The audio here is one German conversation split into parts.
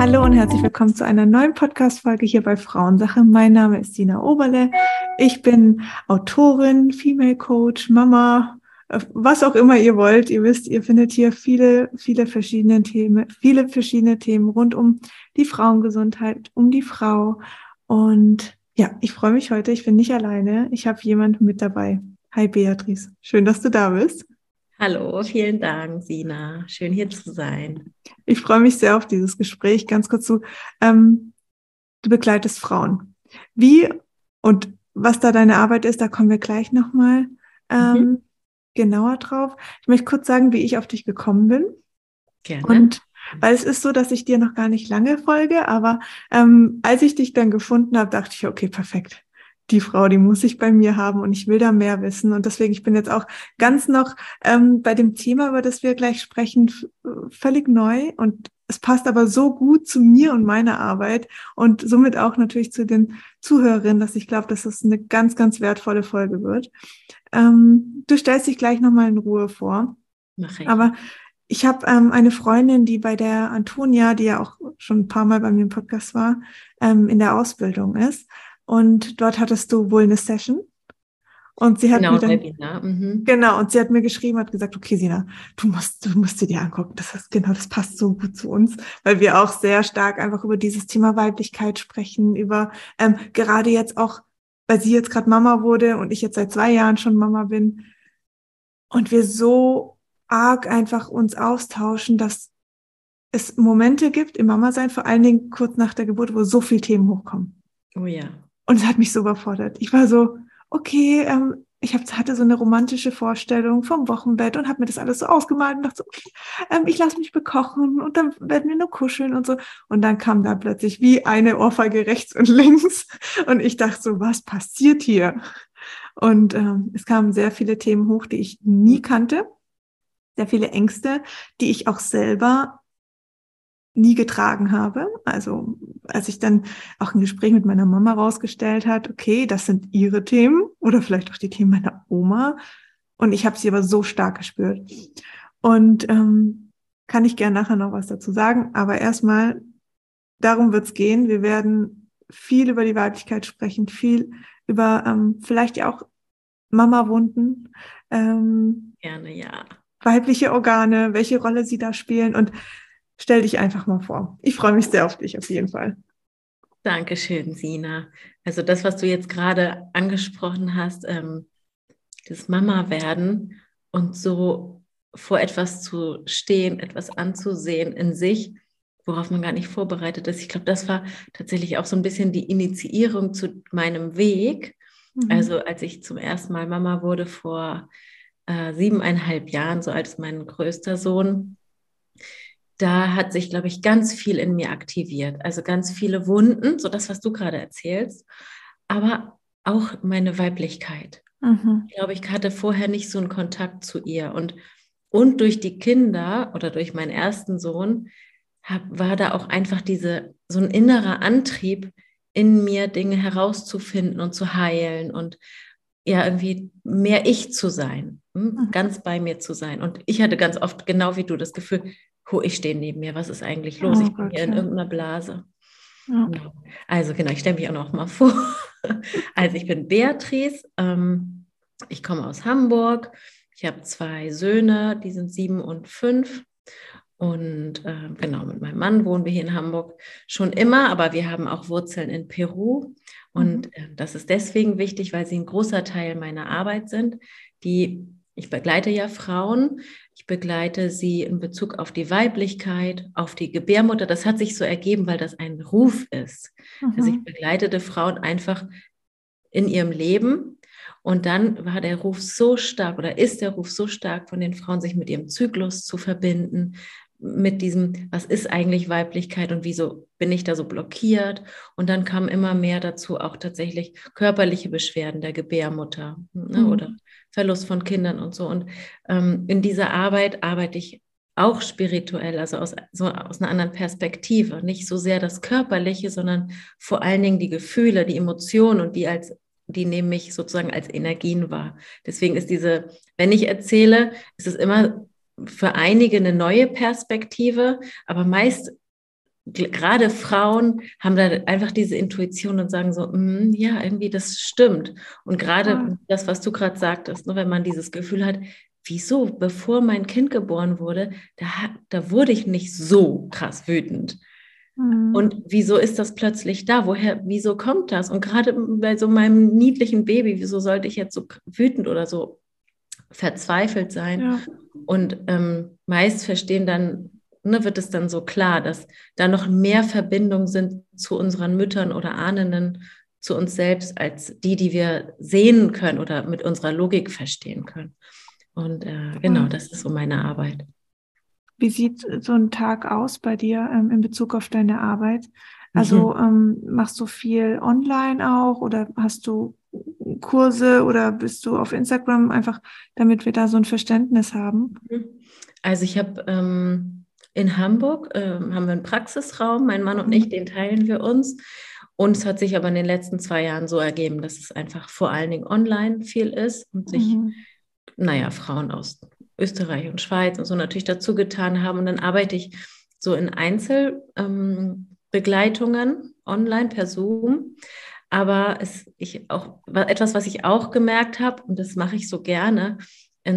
Hallo und herzlich willkommen zu einer neuen Podcast-Folge hier bei Frauensache. Mein Name ist Sina Oberle. Ich bin Autorin, Female Coach, Mama, was auch immer ihr wollt. Ihr wisst, ihr findet hier viele verschiedene Themen rund um die Frauengesundheit, um die Frau. Und ja, ich freue mich heute. Ich bin nicht alleine. Ich habe jemanden mit dabei. Hi Beatrice, schön, dass du da bist. Hallo, vielen Dank, Sina. Schön hier zu sein. Ich freue mich sehr auf dieses Gespräch. Ganz kurz du begleitest Frauen. Wie und was da deine Arbeit ist, da kommen wir gleich nochmal Mhm. genauer drauf. Ich möchte kurz sagen, wie ich auf dich gekommen bin. Gerne. Und weil es ist so, dass ich dir noch gar nicht lange folge, aber als ich dich dann gefunden habe, dachte ich, okay, perfekt. Die Frau, die muss ich bei mir haben und ich will da mehr wissen. Und deswegen, ich bin jetzt auch ganz noch bei dem Thema, über das wir gleich sprechen, völlig neu. Und es passt aber so gut zu mir und meiner Arbeit und somit auch natürlich zu den Zuhörerinnen, dass ich glaube, dass es eine ganz, ganz wertvolle Folge wird. Du stellst dich gleich nochmal in Ruhe vor. Mache ich. Aber ich habe eine Freundin, die bei der Antonia, die ja auch schon ein paar Mal bei mir im Podcast war, in der Ausbildung ist. Und dort hattest du wohl eine Session. Und sie hat Genau, mir ein dann, Webinar. Mhm. genau, und sie hat mir geschrieben, hat gesagt, okay, Sina, du musst dir die angucken. Das passt so gut zu uns, weil wir auch sehr stark einfach über dieses Thema Weiblichkeit sprechen, über gerade jetzt auch, weil sie jetzt gerade Mama wurde und ich jetzt seit 2 Jahren schon Mama bin. Und wir so arg einfach uns austauschen, dass es Momente gibt im Mama-Sein, vor allen Dingen kurz nach der Geburt, wo so viele Themen hochkommen. Oh ja. Und es hat mich so überfordert. Ich war so, okay, hatte so eine romantische Vorstellung vom Wochenbett und habe mir das alles so ausgemalt und dachte so, okay, ich lasse mich bekochen und dann werden wir nur kuscheln und so. Und dann kam da plötzlich wie eine Ohrfeige rechts und links. Und ich dachte so, was passiert hier? Und es kamen sehr viele Themen hoch, die ich nie kannte, sehr viele Ängste, die ich auch selber nie getragen habe. Also als ich dann auch ein Gespräch mit meiner Mama rausgestellt hat, okay, das sind ihre Themen oder vielleicht auch die Themen meiner Oma. Und ich habe sie aber so stark gespürt. Und kann ich gerne nachher noch was dazu sagen. Aber erstmal, darum wird es gehen. Wir werden viel über die Weiblichkeit sprechen, viel über vielleicht ja auch Mama-Wunden, Gerne, ja. weibliche Organe, welche Rolle sie da spielen. Und stell dich einfach mal vor. Ich freue mich sehr auf dich, auf jeden Fall. Dankeschön, Sina. Also das, was du jetzt gerade angesprochen hast, das Mama-Werden und so vor etwas zu stehen, etwas anzusehen in sich, worauf man gar nicht vorbereitet ist. Ich glaube, das war tatsächlich auch so ein bisschen die Initiierung zu meinem Weg. Mhm. Also als ich zum ersten Mal Mama wurde vor 7,5 Jahren, so alt ist mein größter Sohn, da hat sich, glaube ich, ganz viel in mir aktiviert. Also ganz viele Wunden, so das, was du gerade erzählst, aber auch meine Weiblichkeit. Mhm. Ich glaube, ich hatte vorher nicht so einen Kontakt zu ihr. Und durch die Kinder oder durch meinen ersten Sohn war da auch einfach so ein innerer Antrieb in mir, Dinge herauszufinden und zu heilen und ja, irgendwie mehr ich zu sein, Mhm. ganz bei mir zu sein. Und ich hatte ganz oft, genau wie du, das Gefühl, ich stehe neben mir, was ist eigentlich los? Oh Ich bin hier Gott, in ja. irgendeiner Blase. Ja. Genau. Also genau, ich stelle mich auch noch mal vor. Also ich bin Beatrice, ich komme aus Hamburg, ich habe 2 Söhne, die sind 7 und 5. Und genau, mit meinem Mann wohnen wir hier in Hamburg schon immer, aber wir haben auch Wurzeln in Peru. Mhm. Und das ist deswegen wichtig, weil sie ein großer Teil meiner Arbeit sind. Ich begleite ja Frauen, ich begleite sie in Bezug auf die Weiblichkeit, auf die Gebärmutter. Das hat sich so ergeben, weil das ein Ruf ist. Also ich Mhm. begleitete Frauen einfach in ihrem Leben. Und dann war der Ruf so stark oder ist der Ruf so stark von den Frauen, sich mit ihrem Zyklus zu verbinden, mit diesem, was ist eigentlich Weiblichkeit und wieso bin ich da so blockiert? Und dann kam immer mehr dazu auch tatsächlich körperliche Beschwerden der Gebärmutter, ne, oder Mhm. Verlust von Kindern und so. Und in dieser Arbeit arbeite ich auch spirituell, also aus einer anderen Perspektive. Nicht so sehr das Körperliche, sondern vor allen Dingen die Gefühle, die Emotionen und die nehme ich sozusagen als Energien wahr. Deswegen ist wenn ich erzähle, ist es immer für einige eine neue Perspektive, aber meist gerade Frauen haben da einfach diese Intuition und sagen so, ja, irgendwie das stimmt. Und gerade das, was du gerade sagtest, ne, wenn man dieses Gefühl hat, wieso, bevor mein Kind geboren wurde, da wurde ich nicht so krass wütend. Und wieso ist das plötzlich da? Wieso kommt das? Und gerade bei so meinem niedlichen Baby, wieso sollte ich jetzt so wütend oder so verzweifelt sein? Ja. Und meist verstehen dann, ne, wird es dann so klar, dass da noch mehr Verbindungen sind zu unseren Müttern oder Ahnenden, zu uns selbst, als die wir sehen können oder mit unserer Logik verstehen können. Und genau, das ist so meine Arbeit. Wie sieht so ein Tag aus bei dir in Bezug auf deine Arbeit? Also machst du viel online auch oder hast du Kurse oder bist du auf Instagram, einfach damit wir da so ein Verständnis haben? Also ich habe in Hamburg haben wir einen Praxisraum, mein Mann und ich, den teilen wir uns. Und es hat sich aber in den letzten 2 Jahren so ergeben, dass es einfach vor allen Dingen online viel ist und sich, Frauen aus Österreich und Schweiz und so natürlich dazu getan haben. Und dann arbeite ich so in Einzelbegleitungen online per Zoom. Aber etwas, was ich auch gemerkt habe, und das mache ich so gerne, in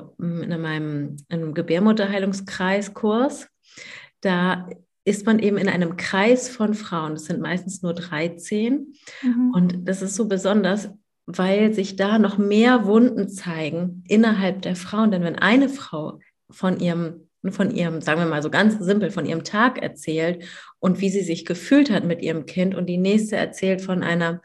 einem Gebärmutterheilungskreiskurs, da ist man eben in einem Kreis von Frauen. Das sind meistens nur 13. Und das ist so besonders, weil sich da noch mehr Wunden zeigen innerhalb der Frauen. Denn wenn eine Frau von ihrem, sagen wir mal so ganz simpel, von ihrem Tag erzählt und wie sie sich gefühlt hat mit ihrem Kind und die nächste erzählt von einem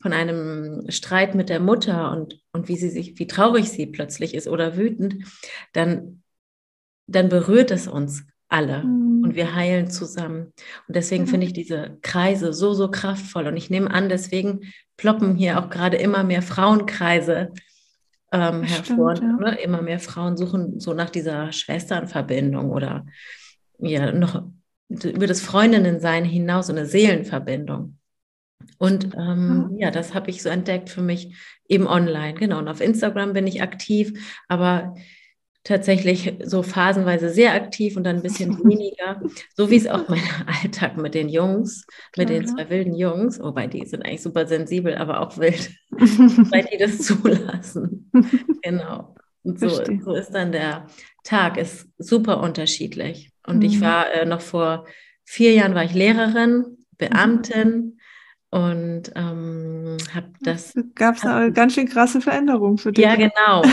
Streit mit der Mutter und wie traurig sie plötzlich ist oder wütend, dann berührt es uns alle und wir heilen zusammen. Und deswegen finde ich diese Kreise so, so kraftvoll. Und ich nehme an, deswegen ploppen hier auch gerade immer mehr Frauenkreise hervor. Stimmt, ja. Ne? Immer mehr Frauen suchen so nach dieser Schwesternverbindung oder ja, noch über das Freundinnensein hinaus eine Seelenverbindung. Und das habe ich so entdeckt für mich eben online. Genau, und auf Instagram bin ich aktiv, aber tatsächlich so phasenweise sehr aktiv und dann ein bisschen weniger. So wie es auch mein Alltag mit den Jungs, mit den 2 wilden Jungs, wobei die sind eigentlich super sensibel, aber auch wild, weil die das zulassen. Genau. Und so ist dann der Tag, ist super unterschiedlich. Und ich war noch vor 4 Jahren war ich Lehrerin, Beamtin und habe das. Gab es eine ganz schön krasse Veränderung für dich? Ja, genau.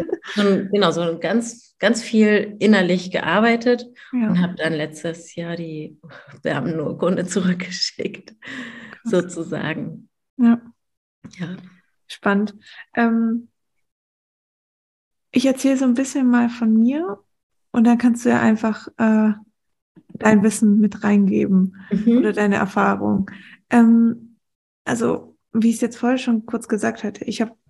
So ganz, ganz viel innerlich gearbeitet und habe dann letztes Jahr die Beamtenurkunde zurückgeschickt, sozusagen. Ja. Ja. Spannend. Ich erzähle so ein bisschen mal von mir und dann kannst du ja einfach dein Wissen mit reingeben oder deine Erfahrung. Also, wie ich es jetzt vorher schon kurz gesagt hatte,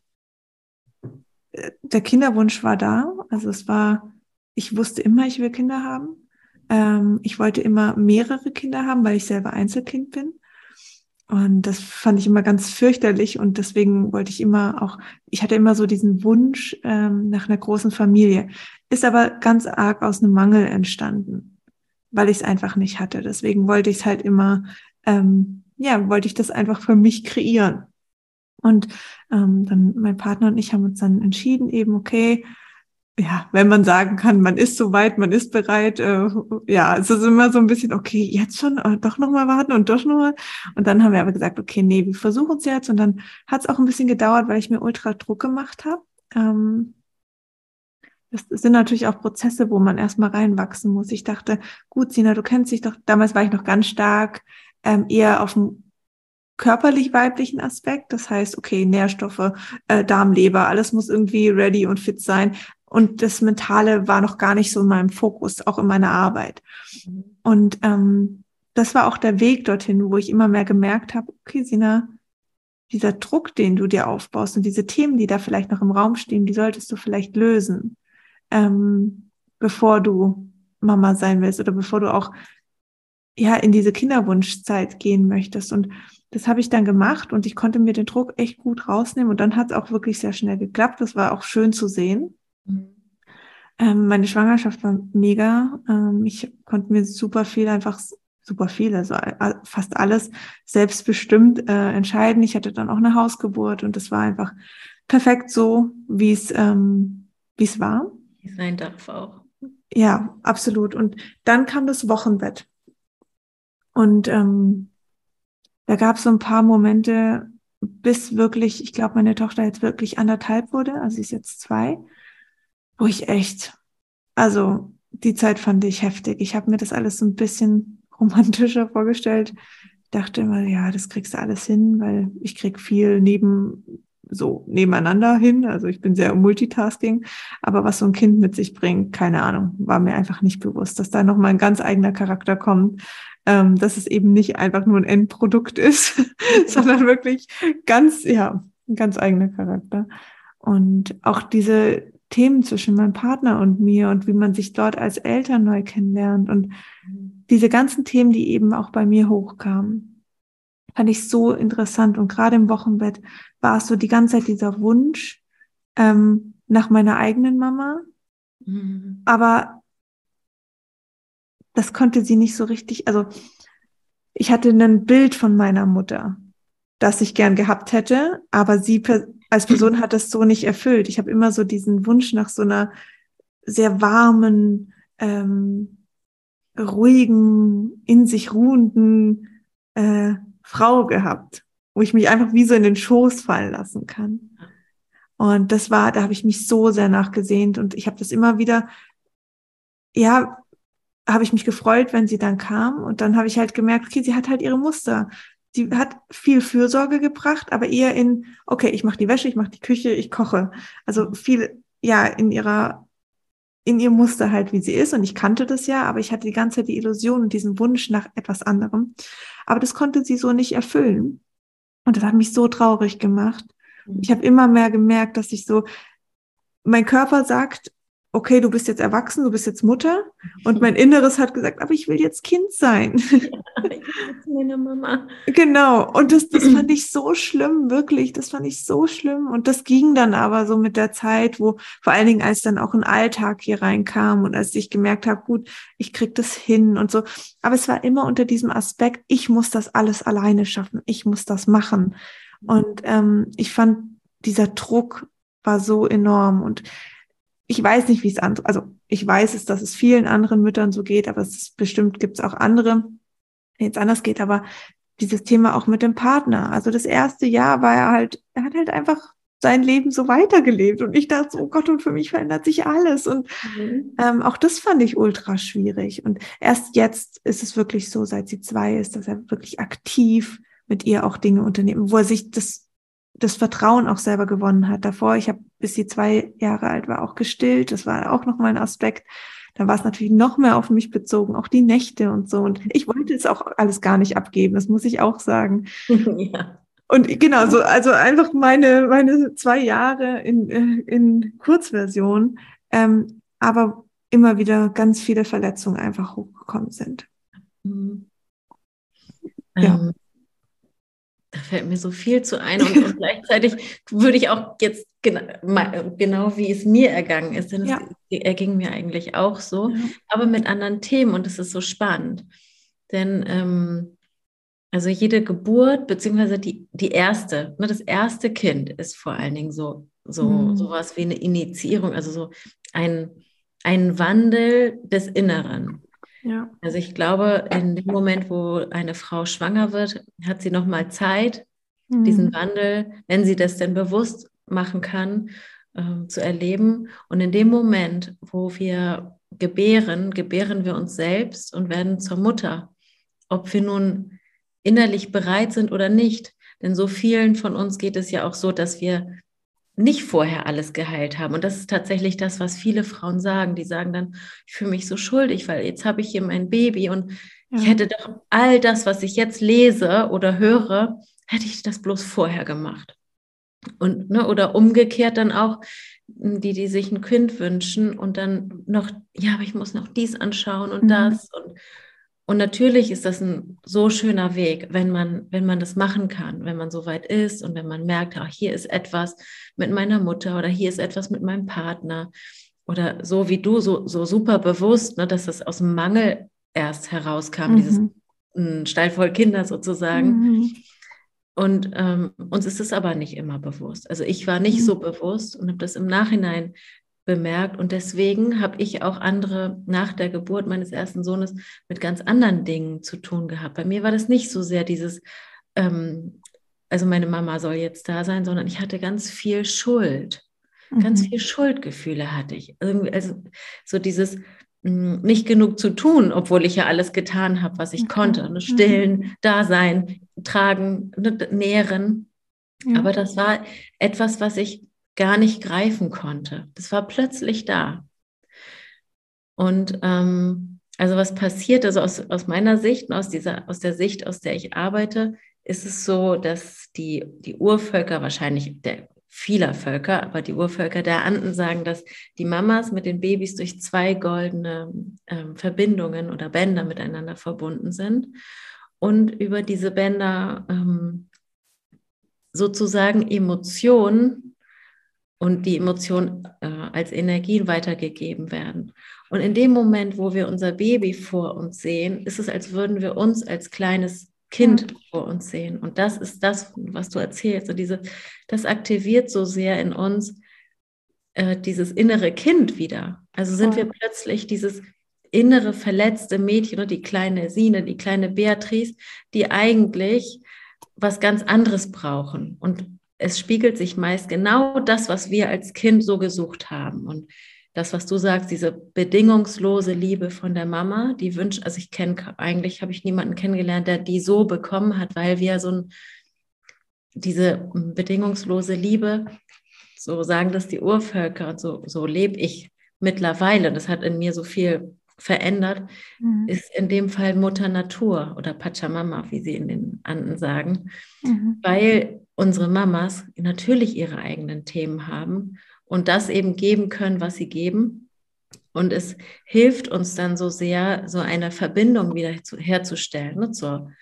der Kinderwunsch war da. Also ich wusste immer, ich will Kinder haben. Ich wollte immer mehrere Kinder haben, weil ich selber Einzelkind bin. Und das fand ich immer ganz fürchterlich und deswegen ich hatte immer so diesen Wunsch nach einer großen Familie. Ist aber ganz arg aus einem Mangel entstanden, weil ich es einfach nicht hatte. Deswegen wollte ich es halt immer, wollte ich das einfach für mich kreieren. Und dann mein Partner und ich haben uns dann entschieden, eben okay, ja, wenn man sagen kann, man ist soweit, man ist bereit, es ist immer so ein bisschen, okay, jetzt schon, doch nochmal warten und doch nochmal. Und dann haben wir aber gesagt, okay, nee, wir versuchen es jetzt. Und dann hat es auch ein bisschen gedauert, weil ich mir ultra Druck gemacht habe. Das sind natürlich auch Prozesse, wo man erstmal reinwachsen muss. Ich dachte, gut, Sina, du kennst dich doch, damals war ich noch ganz stark eher auf dem körperlich-weiblichen Aspekt. Das heißt, okay, Nährstoffe, Darm, Leber, alles muss irgendwie ready und fit sein. Und das Mentale war noch gar nicht so in meinem Fokus, auch in meiner Arbeit. Und das war auch der Weg dorthin, wo ich immer mehr gemerkt habe, okay, Sina, dieser Druck, den du dir aufbaust und diese Themen, die da vielleicht noch im Raum stehen, die solltest du vielleicht lösen, bevor du Mama sein willst oder bevor du auch in diese Kinderwunschzeit gehen möchtest. Und das habe ich dann gemacht und ich konnte mir den Druck echt gut rausnehmen und dann hat es auch wirklich sehr schnell geklappt. Das war auch schön zu sehen. Meine Schwangerschaft war mega. Ich konnte mir super viel einfach super viel, also fast alles selbstbestimmt entscheiden. Ich hatte dann auch eine Hausgeburt und es war einfach perfekt so, wie es war. Wie sein darf auch. Ja, absolut. Und dann kam das Wochenbett. Und da gab es so ein paar Momente, bis wirklich, ich glaube, meine Tochter jetzt wirklich 1,5 wurde, also sie ist jetzt 2, wo ich echt, also die Zeit fand ich heftig. Ich habe mir das alles so ein bisschen romantischer vorgestellt. Ich dachte immer, ja, das kriegst du alles hin, weil ich krieg viel nebeneinander hin. Also ich bin sehr Multitasking. Aber was so ein Kind mit sich bringt, keine Ahnung, war mir einfach nicht bewusst, dass da nochmal ein ganz eigener Charakter kommt. Dass es eben nicht einfach nur ein Endprodukt ist, sondern wirklich ein ganz eigener Charakter. Und auch diese Themen zwischen meinem Partner und mir und wie man sich dort als Eltern neu kennenlernt und diese ganzen Themen, die eben auch bei mir hochkamen, fand ich so interessant. Und gerade im Wochenbett war es so die ganze Zeit dieser Wunsch nach meiner eigenen Mama. Mhm. Aber das konnte sie nicht so richtig. Also ich hatte ein Bild von meiner Mutter, das ich gern gehabt hätte, aber sie als Person hat das so nicht erfüllt. Ich habe immer so diesen Wunsch nach so einer sehr warmen, ruhigen, in sich ruhenden Frau gehabt, wo ich mich einfach wie so in den Schoß fallen lassen kann. Und da habe ich mich so sehr nachgesehnt und ich habe das immer wieder, ja, habe ich mich gefreut, wenn sie dann kam und dann habe ich halt gemerkt, okay, sie hat halt ihre Muster. Sie hat viel Fürsorge gebracht, aber eher okay, ich mache die Wäsche, ich mache die Küche, ich koche. Also viel, ja, in ihr Muster halt, wie sie ist. Und ich kannte das ja, aber ich hatte die ganze Zeit die Illusion und diesen Wunsch nach etwas anderem. Aber das konnte sie so nicht erfüllen. Und das hat mich so traurig gemacht. Ich habe immer mehr gemerkt, dass mein Körper sagt, okay, du bist jetzt erwachsen, du bist jetzt Mutter. Und mein Inneres hat gesagt, aber ich will jetzt Kind sein. Ja, ich bin jetzt meine Mama. Genau. Und das fand ich so schlimm, wirklich. Das fand ich so schlimm. Und das ging dann aber so mit der Zeit, vor allen Dingen, als dann auch ein Alltag hier reinkam und als ich gemerkt habe, gut, ich krieg das hin und so. Aber es war immer unter diesem Aspekt, ich muss das alles alleine schaffen. Ich muss das machen. Und ich fand, dieser Druck war so enorm. Und ich weiß nicht, wie es andere, also ich weiß es, dass es vielen anderen Müttern so geht, aber bestimmt gibt es auch andere, denen es anders geht, aber dieses Thema auch mit dem Partner. Also das erste Jahr war er hat halt einfach sein Leben so weitergelebt und ich dachte so, oh Gott, und für mich verändert sich alles und auch das fand ich ultra schwierig und erst jetzt ist es wirklich so, seit sie 2 ist, dass er wirklich aktiv mit ihr auch Dinge unternimmt, wo er sich das Vertrauen auch selber gewonnen hat. Davor, bis sie 2 Jahre alt war, auch gestillt. Das war auch nochmal ein Aspekt. Da war es natürlich noch mehr auf mich bezogen, auch die Nächte und so. Und ich wollte es auch alles gar nicht abgeben, das muss ich auch sagen. Ja. Und genau, so, also einfach meine 2 Jahre in Kurzversion, aber immer wieder ganz viele Verletzungen einfach hochgekommen sind. Mhm. Ja. Da fällt mir so viel zu ein und gleichzeitig würde ich auch jetzt genau wie es mir ergangen ist, denn Ja. es erging mir eigentlich auch so, Ja. aber mit anderen Themen und es ist so spannend, denn also jede Geburt beziehungsweise die erste, ne, das erste Kind ist vor allen Dingen sowas wie eine Initiierung, also so ein Wandel des Inneren. Ja. Also ich glaube, in dem Moment, wo eine Frau schwanger wird, hat sie nochmal Zeit, diesen Wandel, wenn sie das denn bewusst machen kann, zu erleben. Und in dem Moment, wo wir gebären wir uns selbst und werden zur Mutter. Ob wir nun innerlich bereit sind oder nicht. Denn so vielen von uns geht es ja auch so, dass wir nicht vorher alles geheilt haben. Und das ist tatsächlich das, was viele Frauen sagen. Die sagen dann, ich fühle mich so schuldig, weil jetzt habe ich hier mein Baby und ich hätte doch all das, was ich jetzt lese oder höre, hätte ich das bloß vorher gemacht. Und, ne, oder umgekehrt dann auch, die sich ein Kind wünschen und dann noch, ja, aber ich muss noch dies anschauen und das. Und natürlich ist das ein so schöner Weg, wenn man das machen kann, wenn man so weit ist und wenn man merkt, ach, hier ist etwas mit meiner Mutter oder hier ist etwas mit meinem Partner oder so wie du, so super bewusst, ne, dass das aus dem Mangel erst herauskam, dieses ein Stall voll Kinder sozusagen. Mhm. Und uns ist es aber nicht immer bewusst. Also ich war nicht so Mhm. bewusst und habe das im Nachhinein bemerkt. Und deswegen habe ich auch andere nach der Geburt meines ersten Sohnes mit ganz anderen Dingen zu tun gehabt. Bei mir war das nicht so sehr dieses, also meine Mama soll jetzt da sein, sondern ich hatte ganz viel Schuld. Ganz viel Mhm. Schuldgefühle hatte ich. Also so dieses nicht genug zu tun, obwohl ich ja alles getan habe, was ich Okay. konnte. Ne? Mhm. Stillen, da sein, tragen, ne? Nähren. Ja, Aber das war etwas, was ich gar nicht greifen konnte. Das war plötzlich da. Und also was passiert, also aus meiner Sicht und aus der Sicht, aus der ich arbeite, ist es so, dass die Urvölker wahrscheinlich vieler Völker, aber die Urvölker der Anden sagen, dass die Mamas mit den Babys durch zwei goldene Verbindungen oder Bänder miteinander verbunden sind und über diese Bänder sozusagen Emotionen und die Emotionen als Energien weitergegeben werden. Und in dem Moment, wo wir unser Baby vor uns sehen, ist es, als würden wir uns als kleines ja, Kind vor uns sehen. Und das ist das, was du erzählst. Und das aktiviert so sehr in uns dieses innere Kind wieder. Also sind wir voll. plötzlich dieses innere verletzte Mädchen und die kleine Sine, die kleine Beatrice, die eigentlich was ganz anderes brauchen. Und es spiegelt sich meist genau das, was wir als Kind so gesucht haben. Und das, was du sagst, diese bedingungslose Liebe von der Mama, die wünscht, also eigentlich habe ich niemanden kennengelernt, der die so bekommen hat, weil wir diese bedingungslose Liebe, so sagen das die Urvölker und so lebe ich mittlerweile. Das hat in mir so viel verändert, Mhm. ist in dem Fall Mutter Natur oder Pachamama, wie sie in den Anden sagen, Mhm. weil unsere Mamas natürlich ihre eigenen Themen haben und das eben geben können, was sie geben. Und es hilft uns dann so sehr, so eine Verbindung wieder herzustellen, ne,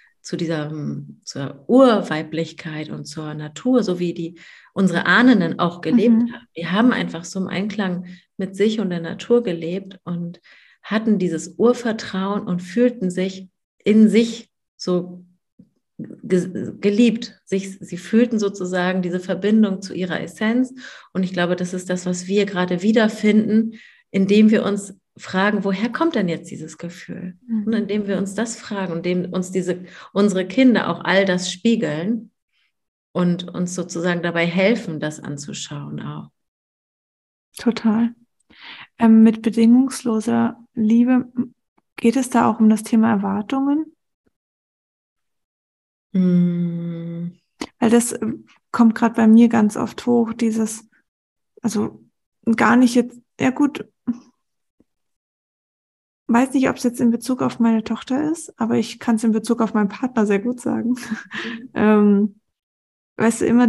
zur Urweiblichkeit und zur Natur, so wie unsere Ahnen auch gelebt Mhm. haben. Die haben einfach so im Einklang mit sich und der Natur gelebt und hatten dieses Urvertrauen und fühlten sich in sich so geliebt. Sie fühlten sozusagen diese Verbindung zu ihrer Essenz. Und ich glaube, das ist das, was wir gerade wiederfinden, indem wir uns fragen, woher kommt denn jetzt dieses Gefühl? Und Mhm. indem wir uns das fragen und indem uns unsere Kinder auch all das spiegeln und uns sozusagen dabei helfen, das anzuschauen auch. Total. Mit bedingungsloser Liebe geht es da auch um das Thema Erwartungen? Mm. Weil das kommt gerade bei mir ganz oft hoch, also gar nicht jetzt, ja gut, weiß nicht, ob es jetzt in Bezug auf meine Tochter ist, aber ich kann es in Bezug auf meinen Partner sehr gut sagen. ähm, Weißt du, immer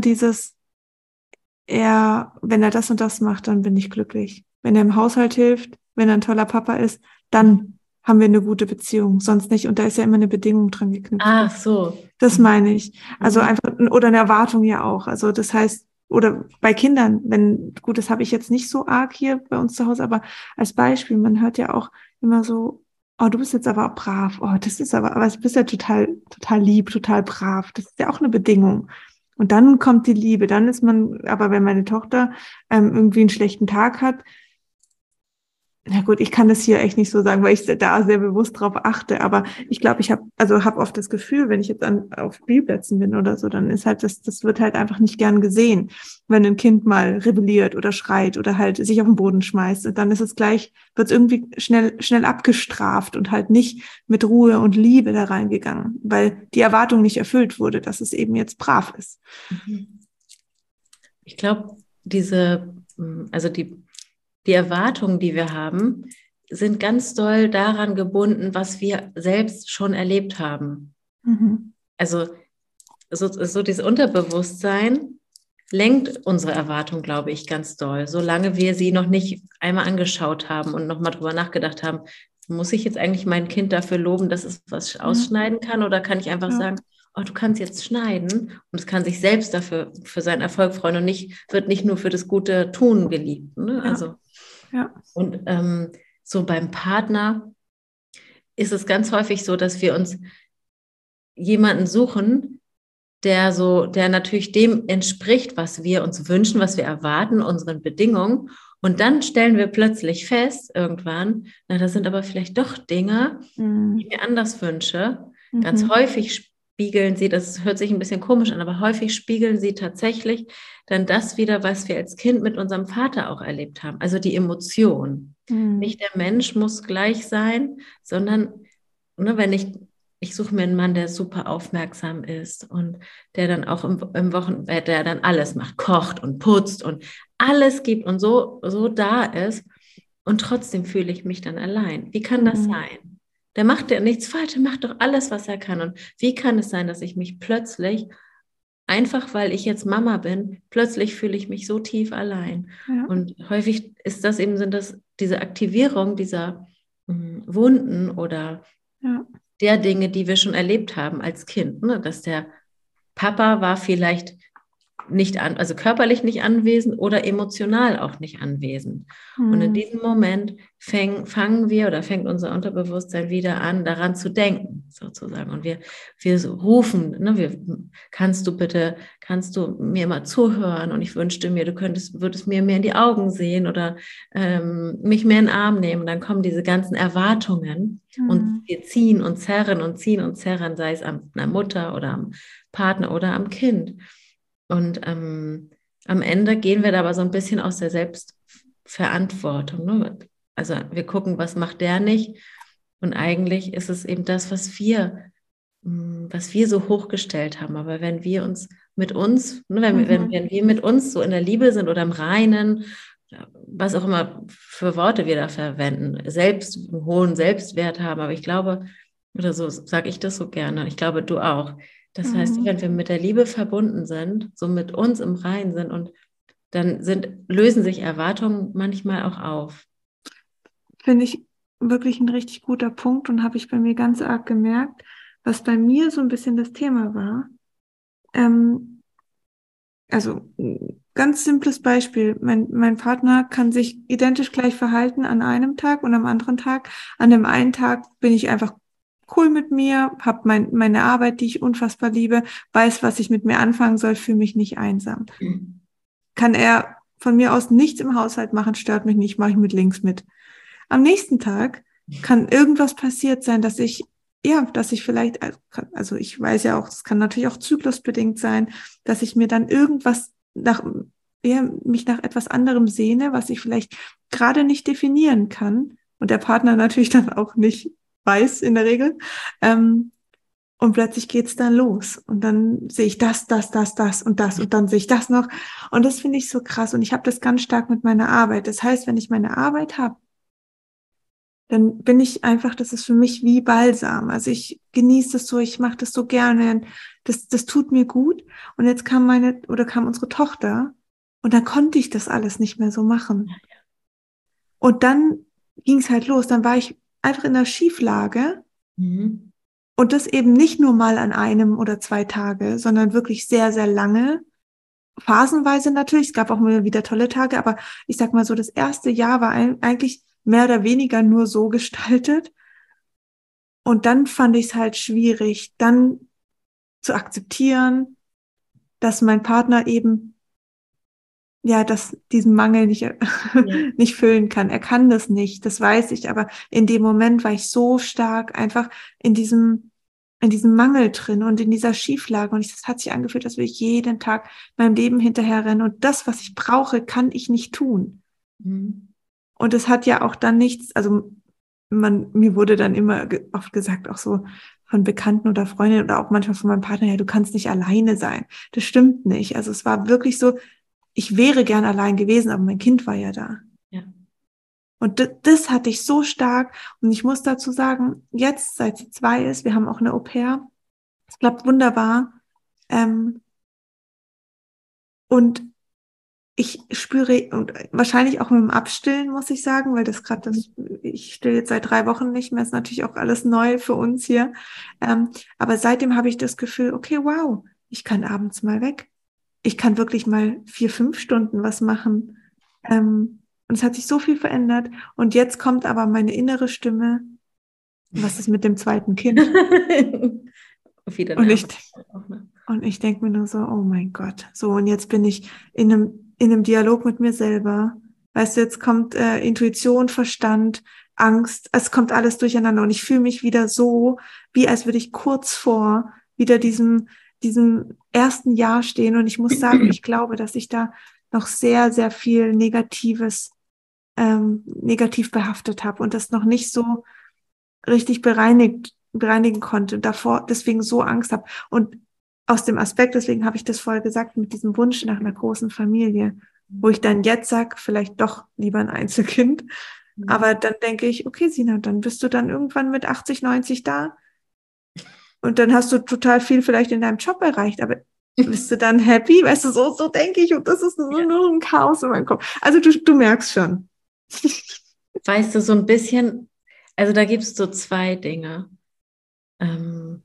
wenn er das und das macht, dann bin ich glücklich. Wenn er im Haushalt hilft, wenn er ein toller Papa ist, dann haben wir eine gute Beziehung, sonst nicht. Und da ist ja immer eine Bedingung dran geknüpft. Ah, so. Das meine ich. Also Mhm. einfach, oder eine Erwartung ja auch. Also das heißt, oder bei Kindern, gut, das habe ich jetzt nicht so arg hier bei uns zu Hause, aber als Beispiel, man hört ja auch immer so, oh, du bist jetzt aber auch brav, oh, aber du bist ja total, total lieb, total brav. Das ist ja auch eine Bedingung. Und dann kommt die Liebe, dann ist man, aber wenn meine Tochter irgendwie einen schlechten Tag hat, na gut, ich kann das hier echt nicht so sagen, weil ich da sehr bewusst drauf achte. Aber ich glaube, hab oft das Gefühl, wenn ich jetzt auf Spielplätzen bin oder so, dann ist halt das wird halt einfach nicht gern gesehen, wenn ein Kind mal rebelliert oder schreit oder halt sich auf den Boden schmeißt. Und dann wird es irgendwie schnell abgestraft und halt nicht mit Ruhe und Liebe da reingegangen, weil die Erwartung nicht erfüllt wurde, dass es eben jetzt brav ist. Mhm. Ich glaube, also die Erwartungen, die wir haben, sind ganz doll daran gebunden, was wir selbst schon erlebt haben. Mhm. Also so dieses Unterbewusstsein lenkt unsere Erwartung, glaube ich, ganz doll, solange wir sie noch nicht einmal angeschaut haben und nochmal drüber nachgedacht haben, muss ich jetzt eigentlich mein Kind dafür loben, dass es was Ja, ausschneiden kann, oder kann ich einfach ja, sagen, oh, du kannst jetzt schneiden, und es kann sich selbst dafür für seinen Erfolg freuen und wird nicht nur für das gute Tun geliebt. Ne? ja, Also, ja. und so beim Partner ist es ganz häufig so, dass wir uns jemanden suchen, der natürlich dem entspricht, was wir uns wünschen, was wir erwarten, unseren Bedingungen. Und dann stellen wir plötzlich fest, irgendwann, na, das sind aber vielleicht doch Dinge, die ich mir anders wünsche. Ganz häufig spiegeln sie, das hört sich ein bisschen komisch an, aber häufig spiegeln sie tatsächlich dann das wieder, was wir als Kind mit unserem Vater auch erlebt haben. Also die Emotion. Nicht der Mensch muss gleich sein, sondern wenn ich suche mir einen Mann, der super aufmerksam ist und der dann auch im Wochenbett, der dann alles macht, kocht und putzt und alles gibt und so da ist. Und trotzdem fühle ich mich dann allein. Wie kann das sein? Der macht ja nichts falsch, der macht doch alles, was er kann. Und wie kann es sein, dass ich mich plötzlich, einfach weil ich jetzt Mama bin, plötzlich fühle ich mich so tief allein. Ja. Und häufig sind das diese Aktivierung dieser Wunden oder der Dinge, die wir schon erlebt haben als Kind, ne? Dass der Papa war vielleicht also körperlich nicht anwesend oder emotional auch nicht anwesend. Und in diesem Moment fangen wir oder fängt unser Unterbewusstsein wieder an, daran zu denken, sozusagen. Und wir rufen, ne, kannst du mir mal zuhören? Und ich wünschte mir, würdest mir mehr in die Augen sehen oder mich mehr in den Arm nehmen. Und dann kommen diese ganzen Erwartungen und wir ziehen und zerren, sei es an der Mutter oder am Partner oder am Kind. Und am Ende gehen wir da aber so ein bisschen aus der Selbstverantwortung. Ne? Also wir gucken, was macht der nicht? Und eigentlich ist es eben das, was wir so hochgestellt haben. Aber wenn wir uns mit uns, ne, wenn wir mit uns so in der Liebe sind oder im Reinen, was auch immer für Worte wir da verwenden, einen hohen Selbstwert haben, aber ich glaube, oder so sage ich das so gerne, ich glaube, du auch. Das heißt, wenn wir mit der Liebe verbunden sind, so mit uns im Reinen sind und dann lösen sich Erwartungen manchmal auch auf. Finde ich wirklich ein richtig guter Punkt und habe ich bei mir ganz arg gemerkt, was bei mir so ein bisschen das Thema war. Also ganz simples Beispiel. Mein Partner kann sich identisch gleich verhalten an einem Tag und am anderen Tag. An dem einen Tag bin ich einfach cool mit mir, habe meine Arbeit, die ich unfassbar liebe, weiß, was ich mit mir anfangen soll, fühle mich nicht einsam. Kann er von mir aus nichts im Haushalt machen, stört mich nicht, mache ich mit links mit. Am nächsten Tag kann irgendwas passiert sein, dass ich vielleicht, also ich weiß ja auch, das kann natürlich auch zyklusbedingt sein, dass ich mir dann irgendwas mich nach etwas anderem sehne, was ich vielleicht gerade nicht definieren kann und der Partner natürlich dann auch nicht weiß in der Regel. Und plötzlich geht's dann los und dann sehe ich das und das und dann sehe ich das noch und das finde ich so krass und ich habe das ganz stark mit meiner Arbeit. Das heißt, wenn ich meine Arbeit habe, dann bin ich einfach, das ist für mich wie Balsam. Also ich genieße das so, ich mache das so gerne, das tut mir gut. Und jetzt kam unsere Tochter und dann konnte ich das alles nicht mehr so machen. Und dann ging es halt los, dann war ich einfach in der Schieflage und das eben nicht nur mal an einem oder 2 Tage, sondern wirklich sehr, sehr lange. Phasenweise natürlich, es gab auch mal wieder tolle Tage, aber ich sag mal so, das erste Jahr war eigentlich mehr oder weniger nur so gestaltet. Und dann fand ich es halt schwierig, dann zu akzeptieren, dass mein Partner eben, diesen Mangel nicht füllen kann. Er kann das nicht, das weiß ich, aber in dem Moment war ich so stark einfach in diesem Mangel drin und in dieser Schieflage. Und das hat sich angefühlt, als würde ich jeden Tag meinem Leben hinterherrennen. Und das, was ich brauche, kann ich nicht tun. Und es hat ja auch dann nichts, also mir wurde dann immer oft gesagt, auch so von Bekannten oder Freundinnen oder auch manchmal von meinem Partner, ja, du kannst nicht alleine sein. Das stimmt nicht. Also es war wirklich so, ich wäre gern allein gewesen, aber mein Kind war ja da. Ja. Und das hatte ich so stark. Und ich muss dazu sagen, jetzt, seit sie 2 ist, wir haben auch eine Au-pair. Es klappt wunderbar. Und ich spüre, und wahrscheinlich auch mit dem Abstillen, muss ich sagen, weil ich still jetzt seit 3 Wochen nicht mehr, ist natürlich auch alles neu für uns hier. Aber seitdem habe ich das Gefühl, okay, wow, ich kann abends mal weg. Ich kann wirklich mal 4, 5 Stunden was machen. Und es hat sich so viel verändert. Und jetzt kommt aber meine innere Stimme, was ist mit dem zweiten Kind? wieder Und ich, nervig auch, ne? und ich denke mir nur so, oh mein Gott, so und jetzt bin ich in einem Dialog mit mir selber. Weißt du, jetzt kommt Intuition, Verstand, Angst, es kommt alles durcheinander und ich fühle mich wieder so, wie als würde ich kurz vor wieder diesem ersten Jahr stehen und ich muss sagen, ich glaube, dass ich da noch sehr, sehr viel Negatives, negativ behaftet habe und das noch nicht so richtig bereinigen konnte, davor deswegen so Angst habe. Und aus dem Aspekt, deswegen habe ich das vorher gesagt, mit diesem Wunsch nach einer großen Familie, wo ich dann jetzt sage, vielleicht doch lieber ein Einzelkind. Aber dann denke ich, okay, Sina, dann bist du dann irgendwann mit 80, 90 da und dann hast du total viel vielleicht in deinem Job erreicht, aber bist du dann happy? Weißt du, so denke ich und das ist nur, Ja. nur ein Chaos in meinem Kopf. Also du merkst schon. Weißt du, so ein bisschen, also da gibt es so zwei Dinge. Ähm,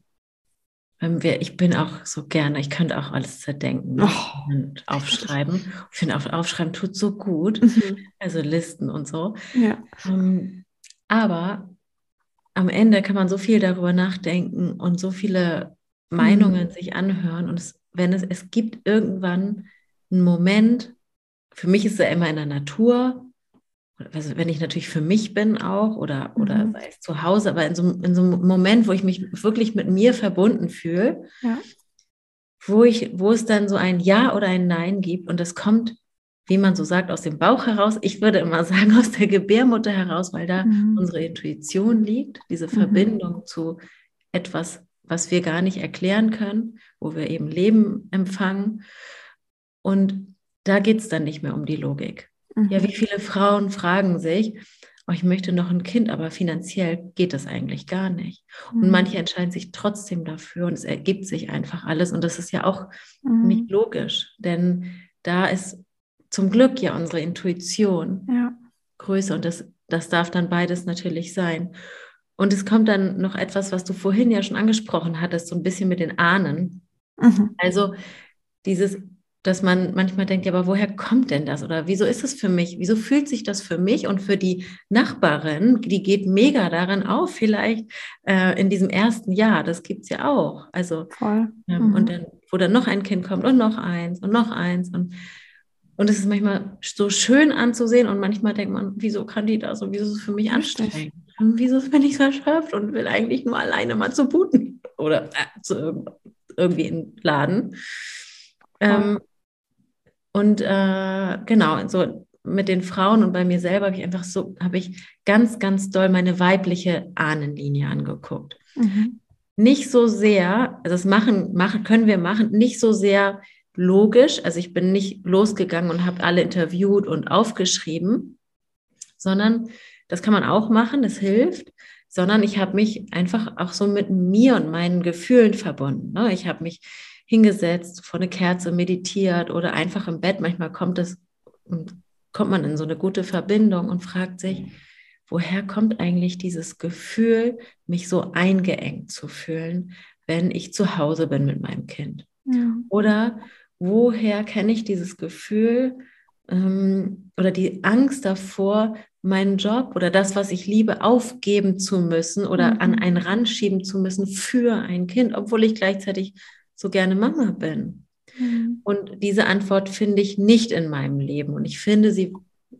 ich bin auch so gerne, ich könnte auch alles zerdenken, ne? Oh, Und fürchterlich. aufschreiben. Ich finde auch Aufschreiben tut so gut, Mhm. also Listen und so. Ja. Ähm, aber am Ende kann man so viel darüber nachdenken und so viele Mhm. Meinungen sich anhören. Und es gibt irgendwann einen Moment, für mich ist er immer in der Natur, also wenn ich natürlich für mich bin auch oder Mhm. sei es zu Hause, aber in so einem Moment, wo ich mich wirklich mit mir verbunden fühle, Ja. wo es dann so ein Ja oder ein Nein gibt und das kommt, wie man so sagt, aus dem Bauch heraus. Ich würde immer sagen, aus der Gebärmutter heraus, weil da Mhm. unsere Intuition liegt, diese Mhm. Verbindung zu etwas, was wir gar nicht erklären können, wo wir eben Leben empfangen. Und da geht es dann nicht mehr um die Logik. Ja, wie Mhm. viele Frauen fragen sich, oh, ich möchte noch ein Kind, aber finanziell geht das eigentlich gar nicht. Und Mhm. manche entscheiden sich trotzdem dafür und es ergibt sich einfach alles. Und das ist ja auch nicht Mhm. logisch, denn da ist zum Glück ja unsere Intuition Ja. größer und das darf dann beides natürlich sein. Und es kommt dann noch etwas, was du vorhin ja schon angesprochen hattest, so ein bisschen mit den Ahnen. Mhm. Also dieses, dass man manchmal denkt, ja, aber woher kommt denn das? Oder wieso ist es für mich? Wieso fühlt sich das für mich und für die Nachbarin, die geht mega darin auf, vielleicht in diesem ersten Jahr, das gibt es ja auch. Also, Voll. und Mhm. dann, wo dann noch ein Kind kommt und noch eins und noch eins. Und es ist manchmal so schön anzusehen und manchmal denkt man, wieso kann die das und wieso ist es für mich Richtig. anstrengend? Und wieso bin ich so erschöpft und will eigentlich nur alleine mal zu Buten oder irgendwie in den Laden. Voll. Ähm, und genau, so mit den Frauen und bei mir selber habe ich ganz, ganz doll meine weibliche Ahnenlinie angeguckt. Mhm. Nicht so sehr, also das können wir machen, nicht so sehr logisch. Also ich bin nicht losgegangen und habe alle interviewt und aufgeschrieben, sondern das kann man auch machen, das hilft, sondern ich habe mich einfach auch so mit mir und meinen Gefühlen verbunden. Ne? Ich habe mich hingesetzt, vor eine Kerze meditiert oder einfach im Bett. Manchmal kommt man in so eine gute Verbindung und fragt sich, woher kommt eigentlich dieses Gefühl, mich so eingeengt zu fühlen, wenn ich zu Hause bin mit meinem Kind? Mhm. Oder woher kenne ich dieses Gefühl oder die Angst davor, meinen Job oder das, was ich liebe, aufgeben zu müssen oder an Mhm. einen Rand schieben zu müssen für ein Kind, obwohl ich gleichzeitig so gerne Mama bin? Mhm. Und diese Antwort finde ich nicht in meinem Leben. Und ich finde sie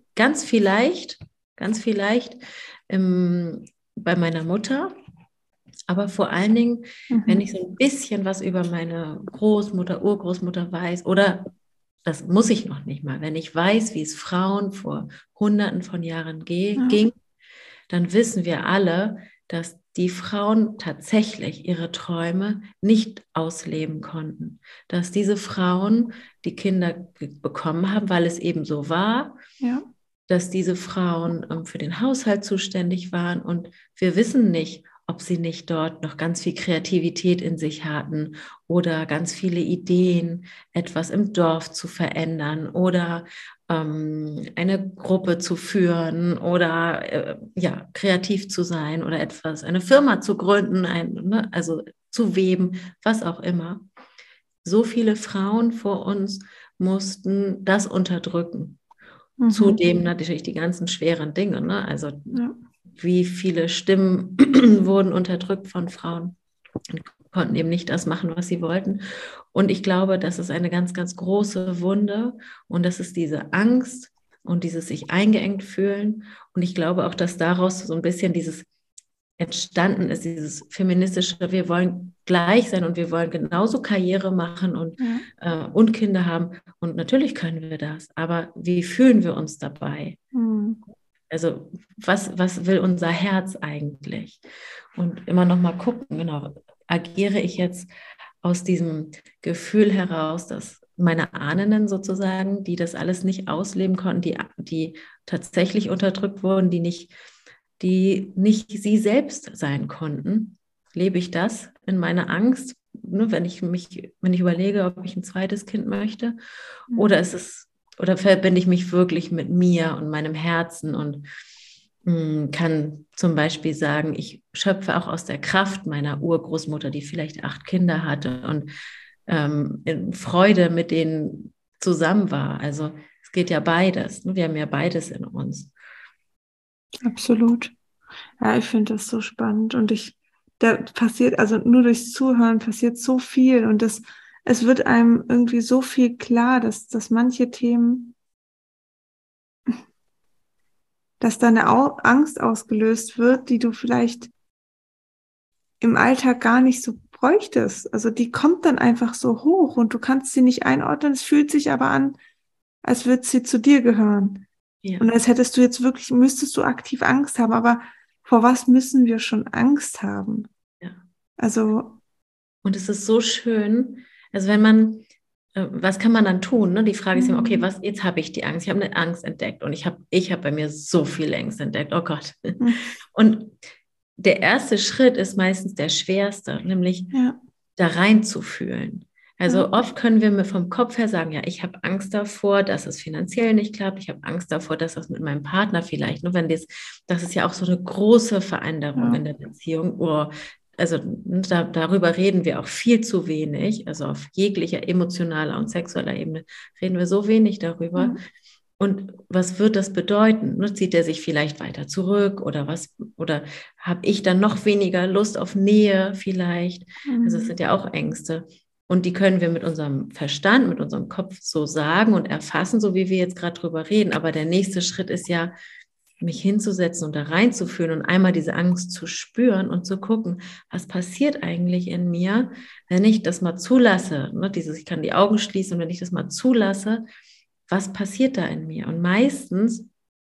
ganz vielleicht bei meiner Mutter, aber vor allen Dingen, wenn ich Mhm. so ein bisschen was über meine Großmutter, Urgroßmutter weiß, oder das muss ich noch nicht mal, wenn ich weiß, wie es Frauen vor Hunderten von Jahren Ja. ging, dann wissen wir alle, dass die Frauen tatsächlich ihre Träume nicht ausleben konnten. Dass diese Frauen die Kinder bekommen haben, weil es eben so war, Ja. dass diese Frauen für den Haushalt zuständig waren. Und wir wissen nicht, ob sie nicht dort noch ganz viel Kreativität in sich hatten oder ganz viele Ideen, etwas im Dorf zu verändern oder eine Gruppe zu führen oder ja, kreativ zu sein oder eine Firma zu gründen, ne, also zu weben, was auch immer. So viele Frauen vor uns mussten das unterdrücken. Mhm. Zudem natürlich die ganzen schweren Dinge, ne? Also Ja. wie viele Stimmen wurden unterdrückt von Frauen. konnten eben nicht das machen, was sie wollten. Und ich glaube, das ist eine ganz, ganz große Wunde und das ist diese Angst und dieses sich eingeengt fühlen. Und ich glaube auch, dass daraus so ein bisschen dieses entstanden ist, dieses feministische, wir wollen gleich sein und wir wollen genauso Karriere machen und Kinder haben. Und natürlich können wir das, aber wie fühlen wir uns dabei? Also was will unser Herz eigentlich? Und immer noch mal gucken, genau, agiere ich jetzt aus diesem Gefühl heraus, dass meine Ahnen sozusagen, die das alles nicht ausleben konnten, die tatsächlich unterdrückt wurden, die nicht sie selbst sein konnten, lebe ich das in meiner Angst, ne, wenn ich überlege, ob ich ein zweites Kind möchte, oder verbinde ich mich wirklich mit mir und meinem Herzen und kann zum Beispiel sagen, ich schöpfe auch aus der Kraft meiner Urgroßmutter, die vielleicht 8 Kinder hatte und in Freude mit denen zusammen war. Also es geht ja beides. Ne? Wir haben ja beides in uns. Absolut. Ja, ich finde das so spannend und da passiert, also nur durchs Zuhören passiert so viel und es wird einem irgendwie so viel klar, dass manche Themen, dass da eine Angst ausgelöst wird, die du vielleicht im Alltag gar nicht so bräuchtest. Also die kommt dann einfach so hoch und du kannst sie nicht einordnen. Es fühlt sich aber an, als würde sie zu dir gehören. Ja. Und als hättest du jetzt wirklich, müsstest du aktiv Angst haben. Aber vor was müssen wir schon Angst haben? Ja. Also. Und es ist so schön, also wenn man, was kann man dann tun? Ne? Die Frage ist immer, okay, jetzt habe ich die Angst. Ich habe eine Angst entdeckt und ich habe bei mir so viele Ängste entdeckt. Oh Gott. Und der erste Schritt ist meistens der schwerste, nämlich da reinzufühlen. Also oft können wir mir vom Kopf her sagen, ja, ich habe Angst davor, dass es finanziell nicht klappt. Ich habe Angst davor, dass das mit meinem Partner vielleicht, nur wenn das ist ja auch so eine große Veränderung in der Beziehung. Also darüber reden wir auch viel zu wenig. Also auf jeglicher emotionaler und sexueller Ebene reden wir so wenig darüber. Und was wird das bedeuten? Zieht er sich vielleicht weiter zurück oder habe ich dann noch weniger Lust auf Nähe vielleicht? Also es sind ja auch Ängste. Und die können wir mit unserem Verstand, mit unserem Kopf so sagen und erfassen, so wie wir jetzt gerade drüber reden. Aber der nächste Schritt ist ja, mich hinzusetzen und da reinzufühlen und einmal diese Angst zu spüren und zu gucken, was passiert eigentlich in mir, wenn ich das mal zulasse. Ich kann die Augen schließen und wenn ich das mal zulasse, was passiert da in mir? Und meistens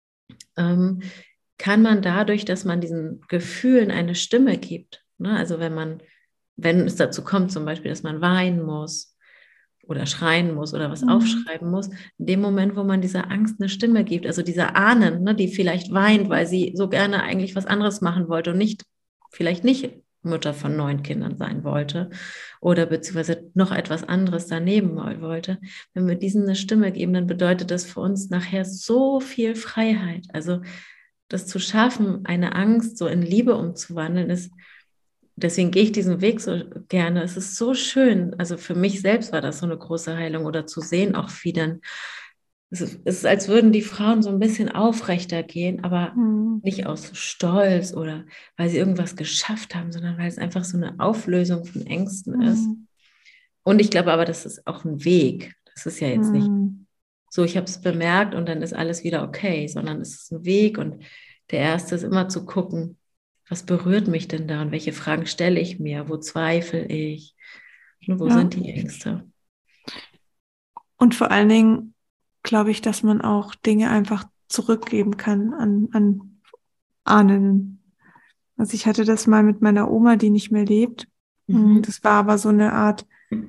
kann man dadurch, dass man diesen Gefühlen eine Stimme gibt, also wenn es dazu kommt, zum Beispiel, dass man weinen muss oder schreien muss oder was aufschreiben muss, in dem Moment, wo man dieser Angst eine Stimme gibt, also dieser Ahnen, die vielleicht weint, weil sie so gerne eigentlich was anderes machen wollte und vielleicht nicht Mutter von 9 Kindern sein wollte oder beziehungsweise noch etwas anderes daneben wollte. Wenn wir diesen eine Stimme geben, dann bedeutet das für uns nachher so viel Freiheit. Also das zu schaffen, eine Angst so in Liebe umzuwandeln, deswegen gehe ich diesen Weg so gerne. Es ist so schön. Also für mich selbst war das so eine große Heilung oder zu sehen auch wie dann. Es ist, als würden die Frauen so ein bisschen aufrechter gehen, aber nicht aus Stolz oder weil sie irgendwas geschafft haben, sondern weil es einfach so eine Auflösung von Ängsten ist. Und ich glaube aber, das ist auch ein Weg. Das ist ja jetzt nicht so, ich habe es bemerkt und dann ist alles wieder okay, sondern es ist ein Weg und der erste ist immer zu gucken, was berührt mich denn da und welche Fragen stelle ich mir, wo zweifle ich, wo sind die Ängste? Und vor allen Dingen glaube ich, dass man auch Dinge einfach zurückgeben kann an Ahnen. Also ich hatte das mal mit meiner Oma, die nicht mehr lebt. Das war aber so eine Art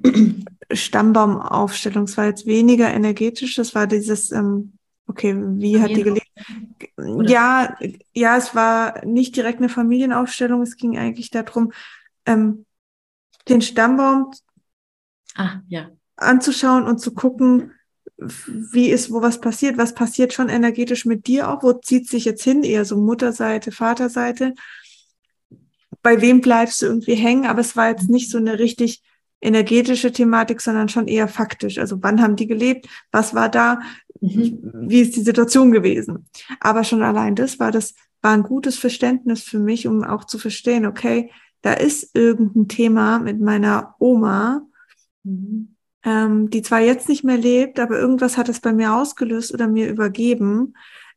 Stammbaumaufstellung. Es war jetzt weniger energetisch, das war dieses, okay, wie hat die gelebt? Ja, es war nicht direkt eine Familienaufstellung, es ging eigentlich darum, den Stammbaum anzuschauen und zu gucken, was passiert schon energetisch mit dir auch, wo zieht sich jetzt hin, eher so Mutterseite, Vaterseite, bei wem bleibst du irgendwie hängen, aber es war jetzt nicht so eine richtig energetische Thematik, sondern schon eher faktisch, also wann haben die gelebt, was war da, wie ist die Situation gewesen, aber schon allein das war ein gutes Verständnis für mich, um auch zu verstehen, okay, da ist irgendein Thema mit meiner Oma, Mhm. die zwar jetzt nicht mehr lebt, aber irgendwas hat es bei mir ausgelöst oder mir übergeben.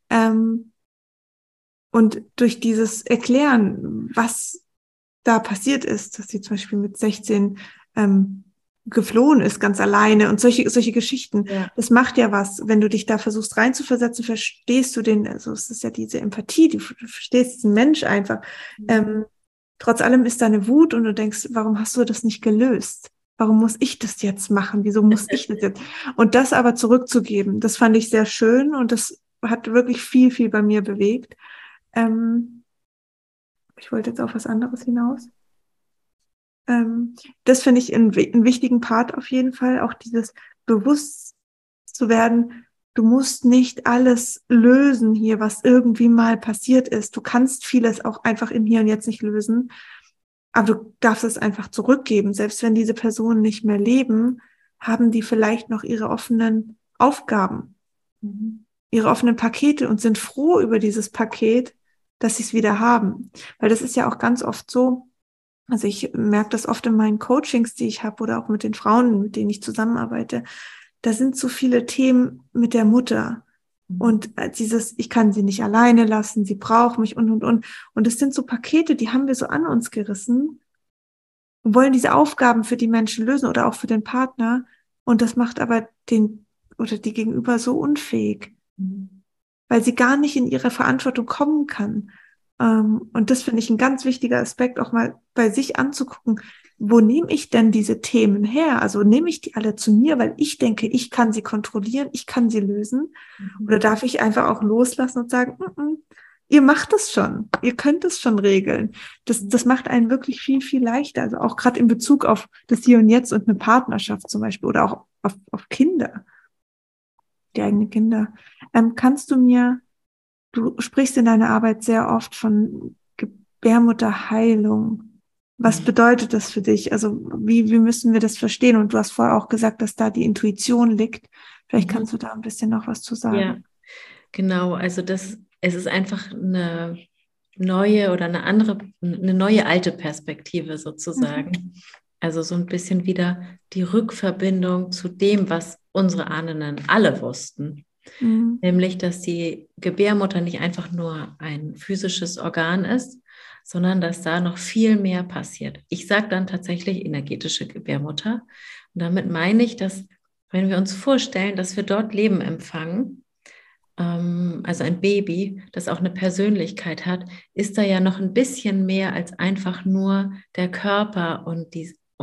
Und durch dieses Erklären, was da passiert ist, dass sie zum Beispiel mit 16 geflohen ist, ganz alleine und solche Geschichten, Ja. das macht ja was. Wenn du dich da versuchst reinzuversetzen, verstehst du den, also es ist ja diese Empathie, du verstehst diesen Mensch einfach. Trotz allem ist da eine Wut und du denkst, warum hast du das nicht gelöst? Warum muss ich das jetzt machen? Wieso muss ich das jetzt? Und das aber zurückzugeben, das fand ich sehr schön und das hat wirklich viel, viel bei mir bewegt. Ich wollte jetzt auf was anderes hinaus. Das finde ich einen wichtigen Part auf jeden Fall, auch dieses bewusst zu werden, du musst nicht alles lösen hier, was irgendwie mal passiert ist. Du kannst vieles auch einfach im Hier und Jetzt nicht lösen, aber du darfst es einfach zurückgeben. Selbst wenn diese Personen nicht mehr leben, haben die vielleicht noch ihre offenen Aufgaben, ihre offenen Pakete und sind froh über dieses Paket, dass sie es wieder haben. Weil das ist ja auch ganz oft so, also ich merke das oft in meinen Coachings, die ich habe oder auch mit den Frauen, mit denen ich zusammenarbeite. Da sind so viele Themen mit der Mutter. Und dieses, ich kann sie nicht alleine lassen, sie braucht mich und. Und es sind so Pakete, die haben wir so an uns gerissen und wollen diese Aufgaben für die Menschen lösen oder auch für den Partner. Und das macht aber den oder die Gegenüber so unfähig, weil sie gar nicht in ihre Verantwortung kommen kann. Und das finde ich ein ganz wichtiger Aspekt, auch mal bei sich anzugucken, wo nehme ich denn diese Themen her? Also nehme ich die alle zu mir, weil ich denke, ich kann sie kontrollieren, ich kann sie lösen? Oder darf ich einfach auch loslassen und sagen, ihr macht es schon, ihr könnt es schon regeln. Das macht einen wirklich viel, viel leichter. Also auch gerade in Bezug auf das Hier und Jetzt und eine Partnerschaft zum Beispiel oder auch auf Kinder, die eigenen Kinder. Du sprichst in deiner Arbeit sehr oft von Gebärmutterheilung. Was bedeutet das für dich? Also wie müssen wir das verstehen? Und du hast vorher auch gesagt, dass da die Intuition liegt. Vielleicht kannst du da ein bisschen noch was zu sagen. Ja, genau. Also es ist einfach eine neue oder eine neue alte Perspektive sozusagen. Also so ein bisschen wieder die Rückverbindung zu dem, was unsere Ahnen alle wussten. Nämlich, dass die Gebärmutter nicht einfach nur ein physisches Organ ist, sondern dass da noch viel mehr passiert. Ich sage dann tatsächlich energetische Gebärmutter. Und damit meine ich, dass wenn wir uns vorstellen, dass wir dort Leben empfangen, also ein Baby, das auch eine Persönlichkeit hat, ist da ja noch ein bisschen mehr als einfach nur der Körper und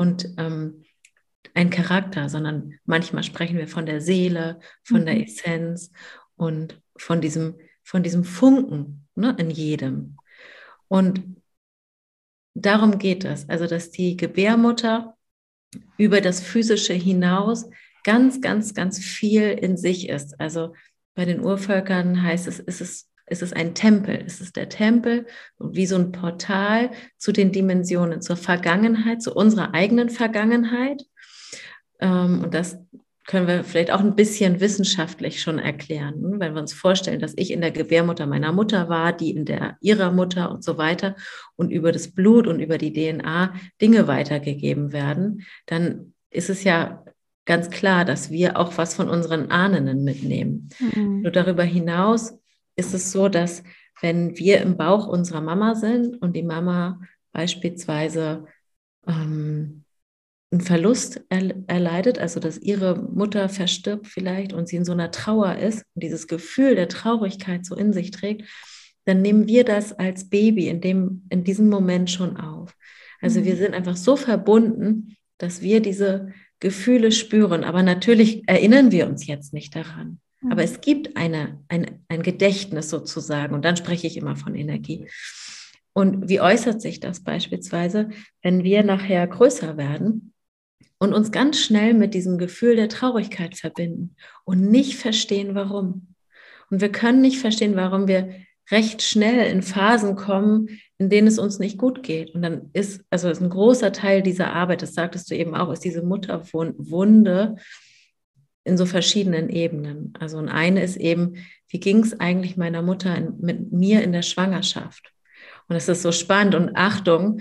ein Charakter, sondern manchmal sprechen wir von der Seele, von der Essenz und von diesem Funken, ne, in jedem. Und darum geht es, also dass die Gebärmutter über das Physische hinaus ganz, ganz, ganz viel in sich ist. Also bei den Urvölkern heißt es ist ein Tempel. Es ist der Tempel wie so ein Portal zu den Dimensionen, zur Vergangenheit, zu unserer eigenen Vergangenheit. Und das können wir vielleicht auch ein bisschen wissenschaftlich schon erklären, wenn wir uns vorstellen, dass ich in der Gebärmutter meiner Mutter war, die in der ihrer Mutter und so weiter und über das Blut und über die DNA Dinge weitergegeben werden, dann ist es ja ganz klar, dass wir auch was von unseren Ahnen mitnehmen. Nur darüber hinaus ist es so, dass wenn wir im Bauch unserer Mama sind und die Mama beispielsweise einen Verlust erleidet, also dass ihre Mutter verstirbt vielleicht und sie in so einer Trauer ist und dieses Gefühl der Traurigkeit so in sich trägt, dann nehmen wir das als Baby in diesem Moment schon auf. Also wir sind einfach so verbunden, dass wir diese Gefühle spüren. Aber natürlich erinnern wir uns jetzt nicht daran. Aber es gibt ein Gedächtnis sozusagen. Und dann spreche ich immer von Energie. Und wie äußert sich das beispielsweise, wenn wir nachher größer werden und uns ganz schnell mit diesem Gefühl der Traurigkeit verbinden und nicht verstehen, warum. Und wir können nicht verstehen, warum wir recht schnell in Phasen kommen, in denen es uns nicht gut geht. Und dann ist ein großer Teil dieser Arbeit, das sagtest du eben auch, ist diese Mutterwunde in so verschiedenen Ebenen. Also eine ist eben, wie ging es eigentlich meiner Mutter mit mir in der Schwangerschaft? Und es ist so spannend und Achtung,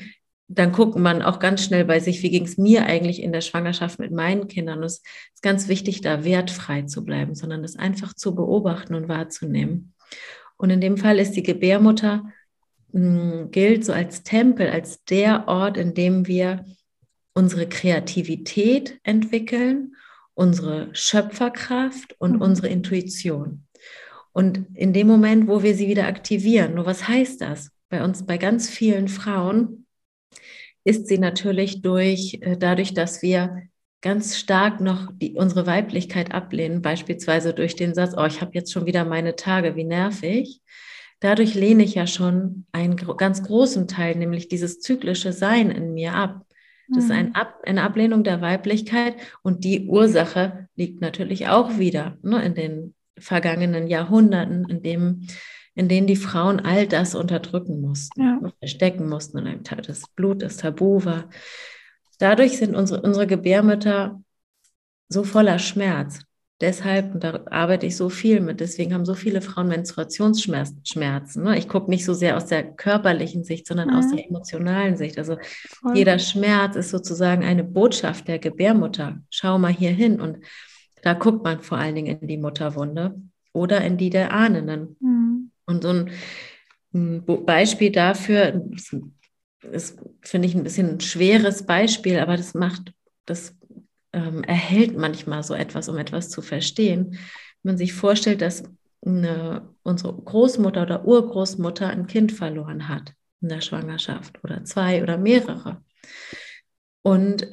dann guckt man auch ganz schnell bei sich, wie ging es mir eigentlich in der Schwangerschaft mit meinen Kindern. Und es ist ganz wichtig, da wertfrei zu bleiben, sondern das einfach zu beobachten und wahrzunehmen. Und in dem Fall ist die Gebärmutter, gilt so als Tempel, als der Ort, in dem wir unsere Kreativität entwickeln, unsere Schöpferkraft und unsere Intuition. Und in dem Moment, wo wir sie wieder aktivieren, nur was heißt das? Bei uns, bei ganz vielen Frauen, ist sie natürlich dadurch, dass wir ganz stark noch unsere Weiblichkeit ablehnen, beispielsweise durch den Satz, oh, ich habe jetzt schon wieder meine Tage, wie nervig. Dadurch lehne ich ja schon einen ganz großen Teil, nämlich dieses zyklische Sein in mir ab. Das ist eine Ablehnung der Weiblichkeit und die Ursache liegt natürlich auch wieder, ne, in den vergangenen Jahrhunderten, in denen die Frauen all das unterdrücken mussten, verstecken mussten und das Blut das Tabu war. Dadurch sind unsere Gebärmütter so voller Schmerz. Deshalb, und da arbeite ich so viel mit, deswegen haben so viele Frauen Menstruationsschmerzen. Ne? Ich gucke nicht so sehr aus der körperlichen Sicht, sondern aus der emotionalen Sicht. Also jeder Schmerz ist sozusagen eine Botschaft der Gebärmutter. Schau mal hier hin. Und da guckt man vor allen Dingen in die Mutterwunde oder in die der Ahnenden. Und so ein Beispiel dafür ist, finde ich, ein bisschen ein schweres Beispiel, aber das erhält manchmal so etwas, um etwas zu verstehen. Wenn man sich vorstellt, dass unsere Großmutter oder Urgroßmutter ein Kind verloren hat in der Schwangerschaft oder 2 oder mehrere. Und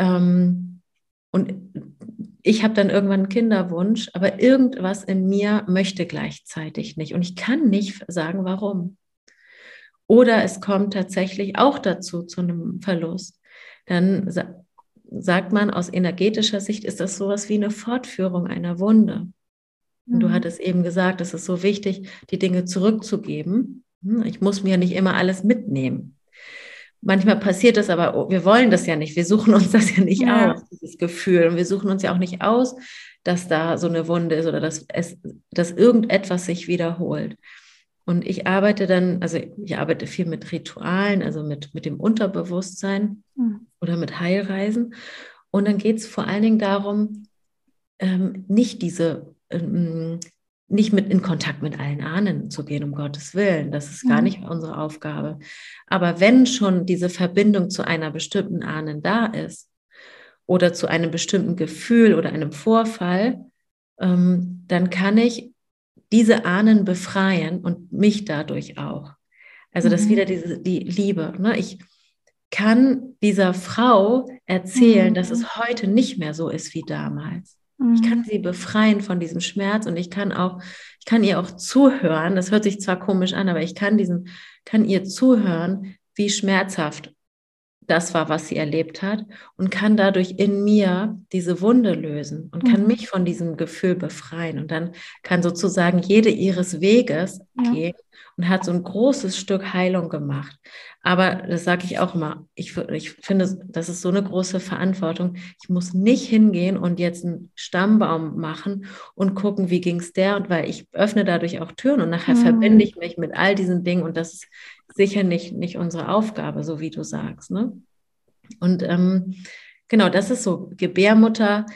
ich habe dann irgendwann einen Kinderwunsch, aber irgendwas in mir möchte gleichzeitig nicht. Und ich kann nicht sagen, warum. Oder es kommt tatsächlich auch dazu, zu einem Verlust. Dann sagt man, aus energetischer Sicht ist das sowas wie eine Fortführung einer Wunde. Und du hattest eben gesagt, es ist so wichtig, die Dinge zurückzugeben. Ich muss mir nicht immer alles mitnehmen. Manchmal passiert das aber, wir wollen das ja nicht. Wir suchen uns das ja nicht aus, dieses Gefühl. Und wir suchen uns ja auch nicht aus, dass da so eine Wunde ist oder dass irgendetwas sich wiederholt. Und ich arbeite viel mit Ritualen, also mit dem Unterbewusstsein oder mit Heilreisen. Und dann geht es vor allen Dingen darum, nicht mit in Kontakt mit allen Ahnen zu gehen, um Gottes Willen. Das ist gar nicht unsere Aufgabe. Aber wenn schon diese Verbindung zu einer bestimmten Ahnen da ist oder zu einem bestimmten Gefühl oder einem Vorfall, dann kann ich diese Ahnen befreien und mich dadurch auch. Also das ist wieder die Liebe. Ne? Ich kann dieser Frau erzählen, dass es heute nicht mehr so ist wie damals. Ich kann sie befreien von diesem Schmerz und ich kann ihr auch zuhören. Das hört sich zwar komisch an, aber ich kann ihr zuhören, wie schmerzhaft das war, was sie erlebt hat und kann dadurch in mir diese Wunde lösen und kann mich von diesem Gefühl befreien. Und dann kann sozusagen jede ihres Weges gehen und hat so ein großes Stück Heilung gemacht. Aber das sage ich auch immer, ich finde, das ist so eine große Verantwortung. Ich muss nicht hingehen und jetzt einen Stammbaum machen und gucken, wie ging es der. Und weil ich öffne dadurch auch Türen und nachher verbinde ich mich mit all diesen Dingen und das ist sicher nicht unsere Aufgabe, so wie du sagst. Ne? Und genau, das ist so, Gebärmutter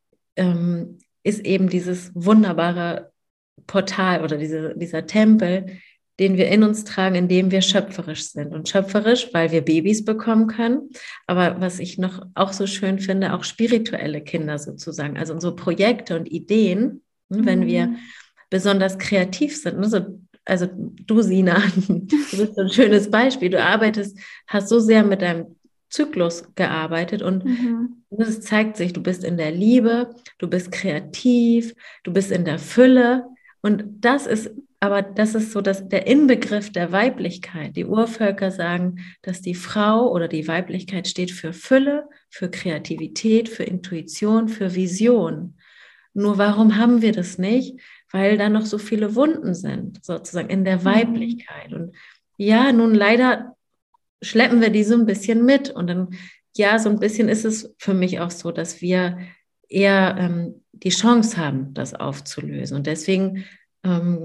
ist eben dieses wunderbare Portal oder dieser Tempel, den wir in uns tragen, in dem wir schöpferisch sind. Und schöpferisch, weil wir Babys bekommen können, aber was ich noch auch so schön finde, auch spirituelle Kinder sozusagen, also unsere Projekte und Ideen, wenn wir besonders kreativ sind, ne, so, also du, Sina, du bist so ein schönes Beispiel. Du hast so sehr mit deinem Zyklus gearbeitet und es zeigt sich, du bist in der Liebe, du bist kreativ, du bist in der Fülle und das ist so der Inbegriff der Weiblichkeit. Die Urvölker sagen, dass die Frau oder die Weiblichkeit steht für Fülle, für Kreativität, für Intuition, für Vision. Nur warum haben wir das nicht? Weil da noch so viele Wunden sind, sozusagen in der Weiblichkeit. Und ja, nun leider schleppen wir die so ein bisschen mit. Und dann, ja, so ein bisschen ist es für mich auch so, dass wir eher die Chance haben, das aufzulösen. Und deswegen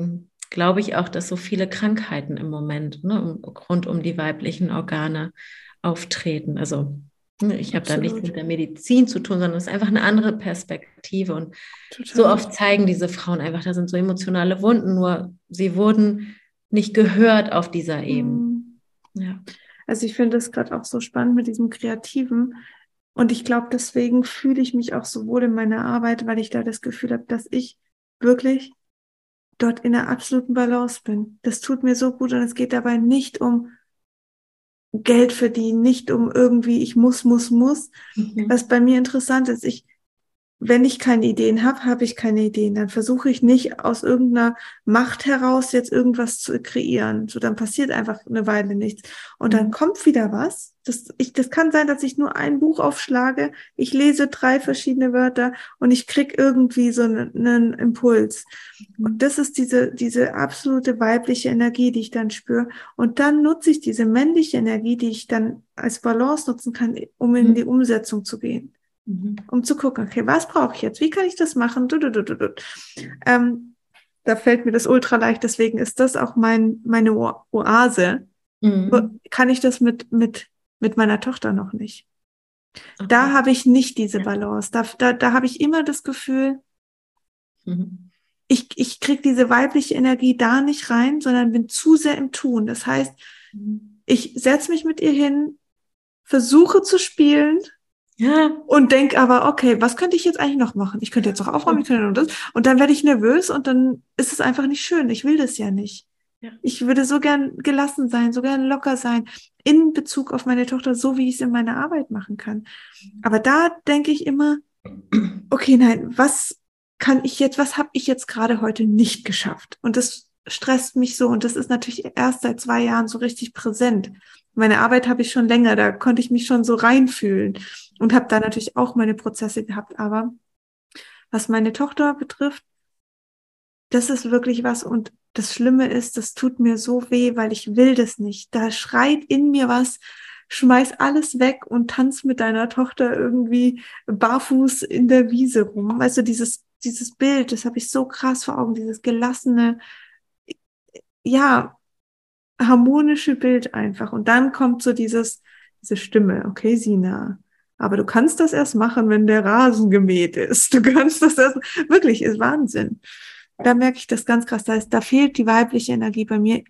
glaube ich auch, dass so viele Krankheiten im Moment rund um die weiblichen Organe auftreten. Also ich habe da nichts Absolut. mit der Medizin zu tun, sondern es ist einfach eine andere Perspektive. Und so Total. oft zeigen diese Frauen einfach, da sind so emotionale Wunden, nur sie wurden nicht gehört auf dieser Ebene. Mhm. Ja. Also ich finde das gerade auch so spannend mit diesem Kreativen. Und ich glaube, deswegen fühle ich mich auch so wohl in meiner Arbeit, weil ich da das Gefühl habe, dass ich wirklich dort in der absoluten Balance bin. Das tut mir so gut und es geht dabei nicht um Geld verdienen, nicht um irgendwie, ich muss. Mhm. Was bei mir interessant ist, wenn ich keine Ideen habe, habe ich keine Ideen. Dann versuche ich nicht aus irgendeiner Macht heraus jetzt irgendwas zu kreieren. So, dann passiert einfach eine Weile nichts. Und dann Mhm. kommt wieder was. Das kann sein, dass ich nur ein Buch aufschlage. Ich lese 3 verschiedene Wörter und ich krieg irgendwie so einen Impuls. Und das ist diese absolute weibliche Energie, die ich dann spüre. Und dann nutze ich diese männliche Energie, die ich dann als Balance nutzen kann, um in die Mhm. Umsetzung zu gehen, Mhm. um zu gucken, okay, was brauche ich jetzt? Wie kann ich das machen? Ähm, Da fällt mir das ultra leicht, deswegen ist das auch meine Oase. Nur Mhm. kann ich das mit meiner Tochter noch nicht. Da Okay. habe ich nicht diese Ja. Balance. Da habe ich immer das Gefühl, Mhm. ich kriege diese weibliche Energie da nicht rein, sondern bin zu sehr im Tun. Das heißt, Mhm. ich setze mich mit ihr hin, versuche zu spielen, Ja. und denk aber, okay, was könnte ich jetzt eigentlich noch machen? Ich könnte jetzt noch aufräumen, ich könnte noch das. Und dann werde ich nervös und dann ist es einfach nicht schön. Ich will das ja nicht. Ja. Ich würde so gern gelassen sein, so gern locker sein in Bezug auf meine Tochter, so wie ich es in meiner Arbeit machen kann. Aber da denke ich immer, okay, nein, was habe ich jetzt gerade heute nicht geschafft? Und das stresst mich so. Und das ist natürlich erst seit 2 Jahren so richtig präsent. Meine Arbeit habe ich schon länger, da konnte ich mich schon so reinfühlen und habe da natürlich auch meine Prozesse gehabt. Aber was meine Tochter betrifft, das ist wirklich was. Und das Schlimme ist, das tut mir so weh, weil ich will das nicht. Da schreit in mir was, schmeiß alles weg und tanz mit deiner Tochter irgendwie barfuß in der Wiese rum. Weißt du, dieses Bild, das habe ich so krass vor Augen, dieses gelassene, ja, harmonische Bild einfach. Und dann kommt so diese Stimme, okay, Sina, aber du kannst das erst machen, wenn der Rasen gemäht ist. Du kannst das erst, wirklich, ist Wahnsinn. Da merke ich das ganz krass. Da fehlt die weibliche Energie bei mir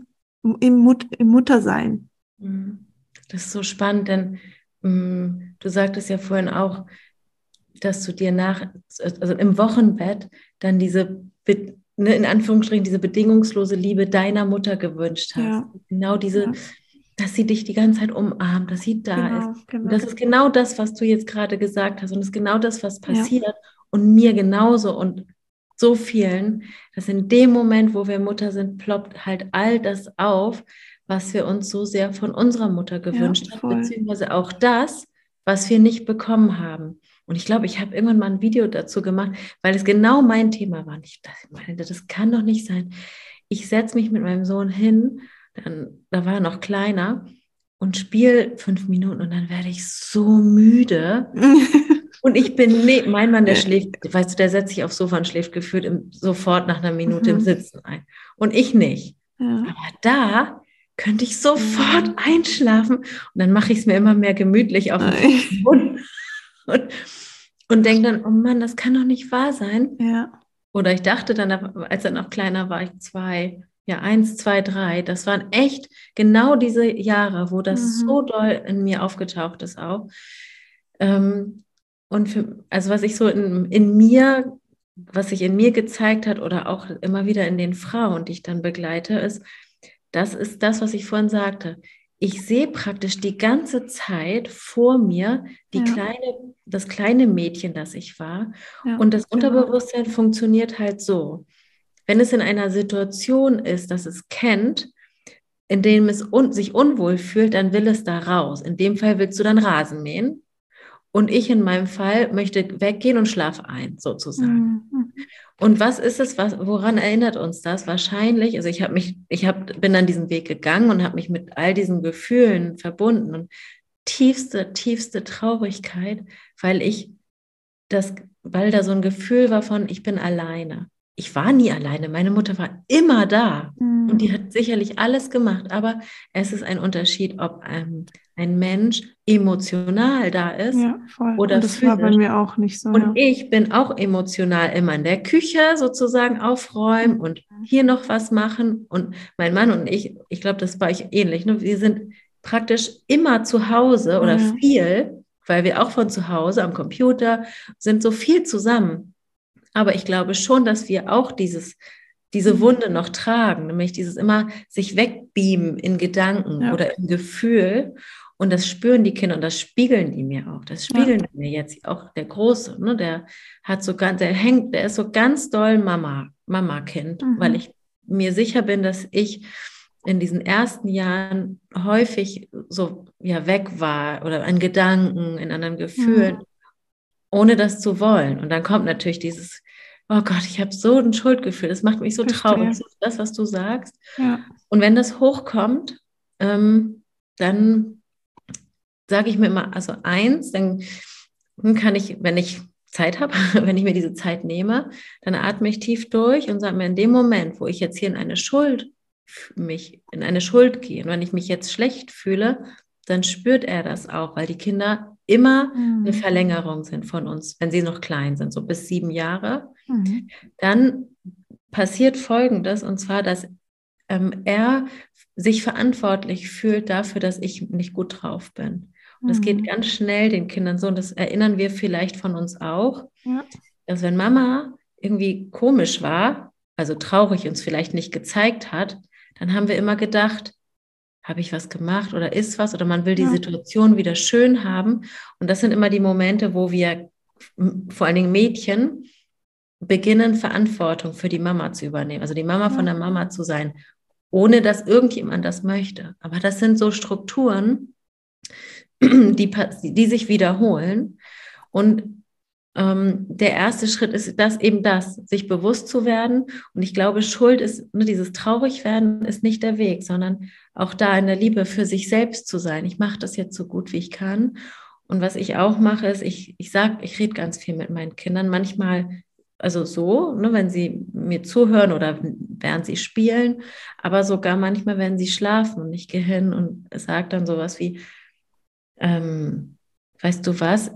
im Muttersein. Mhm. Das ist so spannend, denn du sagtest ja vorhin auch, dass du dir also im Wochenbett dann in Anführungsstrichen, diese bedingungslose Liebe deiner Mutter gewünscht hast. Ja, Genau diese, ja, dass sie dich die ganze Zeit umarmt, dass sie da ist. genau, Und das genau. ist genau das, was du jetzt gerade gesagt hast. Und das ist genau das, was Ja, passiert. Und mir genauso und so vielen, dass in dem Moment, wo wir Mutter sind, ploppt halt all das auf, was wir uns so sehr von unserer Mutter ja, gewünscht haben, voll. beziehungsweise auch das, was wir nicht bekommen haben. Und ich glaube, ich habe irgendwann mal ein Video dazu gemacht, weil es genau mein Thema war. Und ich dachte, das kann doch nicht sein. Ich setze mich mit meinem Sohn hin, da war er noch kleiner, und spiele 5 Minuten und dann werde ich so müde. Und ich bin, nee, mein Mann, der Ja, schläft, weißt du, der setzt sich aufs Sofa und schläft gefühlt sofort nach einer Minute im mhm, Sitzen ein. Und ich nicht. ja, Aber da könnte ich sofort mhm. einschlafen und dann mache ich es mir immer mehr gemütlich auf dem Fußboden und, und denke dann, oh Mann, das kann doch nicht wahr sein. Ja, Oder ich dachte dann, als er noch kleiner war, ich 2, ja, 1, 2, 3, das waren echt genau diese Jahre, wo das so mhm, doll in mir aufgetaucht ist auch. Ähm, und also was ich so was sich in mir gezeigt hat oder auch immer wieder in den Frauen, die ich dann begleite, das ist das, was ich vorhin sagte. Ich sehe praktisch die ganze Zeit vor mir ja, das kleine Mädchen, das ich war. ja, Und das genau. Unterbewusstsein funktioniert halt so. Wenn es in einer Situation ist, dass es kennt, in dem es sich unwohl fühlt, dann will es da raus. In dem Fall willst du dann Rasen mähen. Und ich in meinem Fall möchte weggehen und schlafe ein, sozusagen. Mhm. Und was ist es, woran erinnert uns das? Wahrscheinlich, also bin dann diesen Weg gegangen und habe mich mit all diesen Gefühlen verbunden und tiefste Traurigkeit, weil weil da so ein Gefühl war von, ich bin alleine. ich war nie alleine. Meine Mutter war immer da und die hat sicherlich alles gemacht. Aber es ist ein Unterschied, ob ein Mensch emotional da ist Ja, voll. oder Und das war bei physisch. mir auch nicht so, Und ja. ich bin auch emotional immer in der Küche sozusagen aufräumen und hier noch was machen. Und mein Mann und ich glaube, das war ich ähnlich. Ne? Wir sind praktisch immer zu Hause oder Ja. viel, weil wir auch von zu Hause am Computer sind so viel zusammen. Aber ich glaube schon, dass wir auch diese Wunde noch tragen, nämlich dieses immer sich wegbeamen in Gedanken Ja. oder im Gefühl. Und das spüren die Kinder und das spiegeln die mir auch. Das spiegeln die mir jetzt auch der Große, ne? Der hat so ganz, der ist so ganz doll Mama-Kind, weil ich mir sicher bin, dass ich in diesen ersten Jahren häufig so ja weg war oder an Gedanken, in anderen Gefühlen, ohne das zu wollen. Und dann kommt natürlich dieses, oh Gott, ich habe so ein Schuldgefühl, das macht mich so traurig, das ist das, was du sagst. Ja. Und wenn das hochkommt, dann sage ich mir immer, also eins, dann kann ich, wenn ich Zeit habe, wenn ich mir diese Zeit nehme, dann atme ich tief durch und sage mir, in dem Moment, wo ich jetzt hier in eine Schuld gehe, und wenn ich mich jetzt schlecht fühle, dann spürt er das auch, weil die Kinder immer eine Verlängerung sind von uns, wenn sie noch klein sind, so bis 7 Jahre. Dann passiert Folgendes, und zwar, dass er sich verantwortlich fühlt dafür, dass ich nicht gut drauf bin. Und das geht ganz schnell den Kindern so, und das erinnern wir vielleicht von uns auch, dass wenn Mama irgendwie komisch war, also traurig uns vielleicht nicht gezeigt hat, dann haben wir immer gedacht, habe ich was gemacht oder ist was, oder man will die Situation wieder schön haben. Und das sind immer die Momente, wo wir, vor allen Dingen Mädchen, beginnen, Verantwortung für die Mama zu übernehmen, also die Mama von der Mama zu sein, ohne dass irgendjemand das möchte. Aber das sind so Strukturen, die sich wiederholen. Und der erste Schritt ist das, sich bewusst zu werden. Und ich glaube, Schuld ist, ne, dieses Traurigwerden ist nicht der Weg, sondern auch da in der Liebe für sich selbst zu sein. Ich mache das jetzt so gut, wie ich kann. Und was ich auch mache, ist, ich rede ganz viel mit meinen Kindern. Manchmal, also so, ne, wenn sie mir zuhören oder während sie spielen, aber sogar manchmal, wenn sie schlafen. Und ich gehe hin und sage dann sowas wie, weißt du was,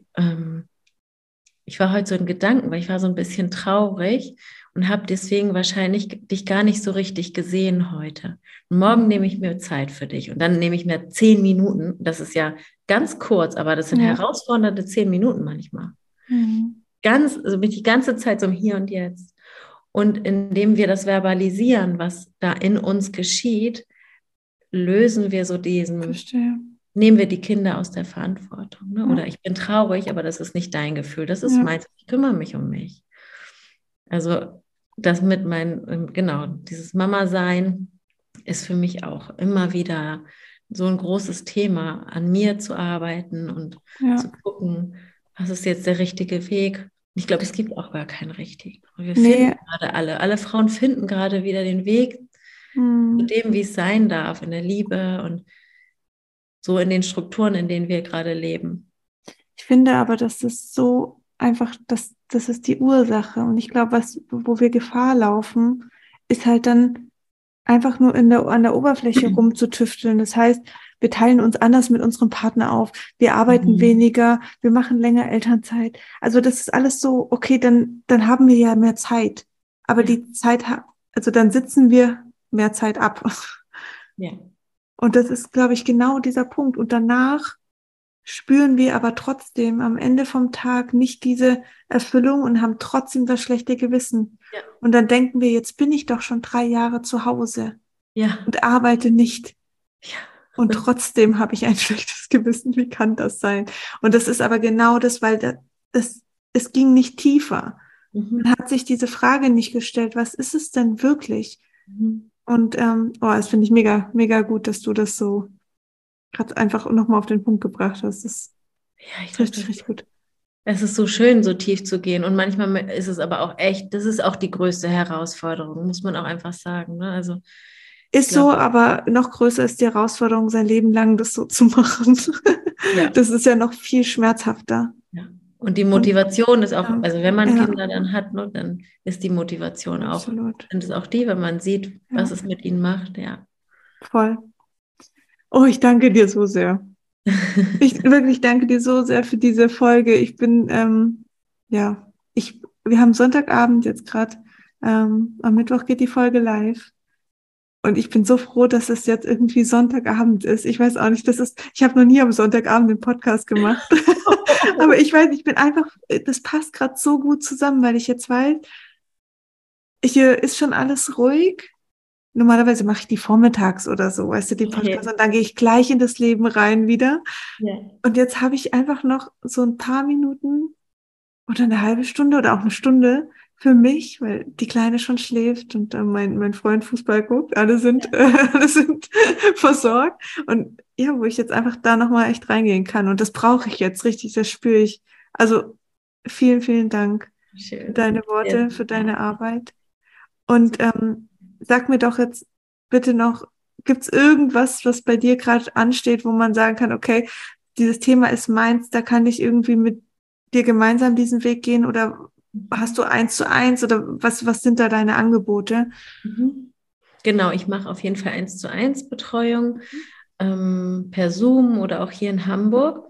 ich war heute so in Gedanken, weil ich war so ein bisschen traurig und habe deswegen wahrscheinlich dich gar nicht so richtig gesehen heute. Und morgen nehme ich mir Zeit für dich und dann nehme ich mir 10 Minuten. Das ist ja ganz kurz, aber das sind herausfordernde 10 Minuten manchmal. Also bin ich die ganze Zeit so im Hier und Jetzt. Und indem wir das verbalisieren, was da in uns geschieht, lösen wir so nehmen wir die Kinder aus der Verantwortung. Ne? Oder ich bin traurig, aber das ist nicht dein Gefühl, das ist meins, ich kümmere mich um mich. Also das mit dieses Mama-Sein ist für mich auch immer wieder so ein großes Thema, an mir zu arbeiten und zu gucken, was ist jetzt der richtige Weg. Ich glaube, es gibt auch gar keinen richtigen. Wir finden gerade alle Frauen finden gerade wieder den Weg zu dem, wie es sein darf, in der Liebe und so in den Strukturen, in denen wir gerade leben. Ich finde aber, dass das so einfach, das ist die Ursache. Und ich glaube, wo wir Gefahr laufen, ist halt dann einfach nur an der Oberfläche rumzutüfteln. Das heißt, wir teilen uns anders mit unserem Partner auf. Wir arbeiten weniger, wir machen länger Elternzeit. Also das ist alles so, okay, dann haben wir ja mehr Zeit. Aber die Zeit, also dann sitzen wir mehr Zeit ab. Ja. Und das ist, glaube ich, genau dieser Punkt. Und danach spüren wir aber trotzdem am Ende vom Tag nicht diese Erfüllung und haben trotzdem das schlechte Gewissen. Ja. Und dann denken wir, jetzt bin ich doch schon 3 Jahre zu Hause und arbeite nicht. Ja. Und trotzdem habe ich ein schlechtes Gewissen. Wie kann das sein? Und das ist aber genau das, weil es ging nicht tiefer. Man hat sich diese Frage nicht gestellt, was ist es denn wirklich? Und das finde ich mega, mega gut, dass du das so gerade einfach nochmal auf den Punkt gebracht hast. Das ist richtig gut. Es ist so schön, so tief zu gehen. Und manchmal ist es aber auch echt, das ist auch die größte Herausforderung, muss man auch einfach sagen. Ne? Also, ist so, aber noch größer ist die Herausforderung, sein Leben lang das so zu machen. Ja. Das ist ja noch viel schmerzhafter. Ja. Und die Motivation ist auch, Ja, also wenn man ja, Kinder dann hat, ne, dann ist die Motivation auch, absolut. sind es auch die, wenn man sieht, was Ja, es mit ihnen macht, ja. voll. Oh, ich danke dir so sehr. Ich wirklich danke dir so sehr für diese Folge. Ich bin, ja, wir haben Sonntagabend jetzt gerade, am Mittwoch geht die Folge live. Und ich bin so froh, dass es jetzt irgendwie Sonntagabend ist. Ich weiß auch nicht, ich habe noch nie am Sonntagabend einen Podcast gemacht. Aber ich weiß, ich bin einfach, das passt gerade so gut zusammen, weil ich jetzt weiß, hier ist schon alles ruhig. Normalerweise mache ich die vormittags oder so, weißt du, die Podcasts, Okay. und dann gehe ich gleich in das Leben rein wieder. Ja. Und jetzt habe ich einfach noch so ein paar Minuten oder eine halbe Stunde oder auch eine Stunde für mich, weil die Kleine schon schläft und mein Freund Fußball guckt. Alle sind versorgt. Und ja, wo ich jetzt einfach da nochmal echt reingehen kann. Und das brauche ich jetzt richtig, das spüre ich. Also vielen, vielen Dank für Schön. deine Sehr, Worte, sehr für deine gerne. Arbeit. Und sag mir doch jetzt bitte noch, gibt es irgendwas, was bei dir gerade ansteht, wo man sagen kann, okay, dieses Thema ist meins, da kann ich irgendwie mit dir gemeinsam diesen Weg gehen, oder hast du 1:1 oder was sind da deine Angebote? Mhm. Genau, ich mache auf jeden Fall 1:1 Betreuung per Zoom oder auch hier in Hamburg.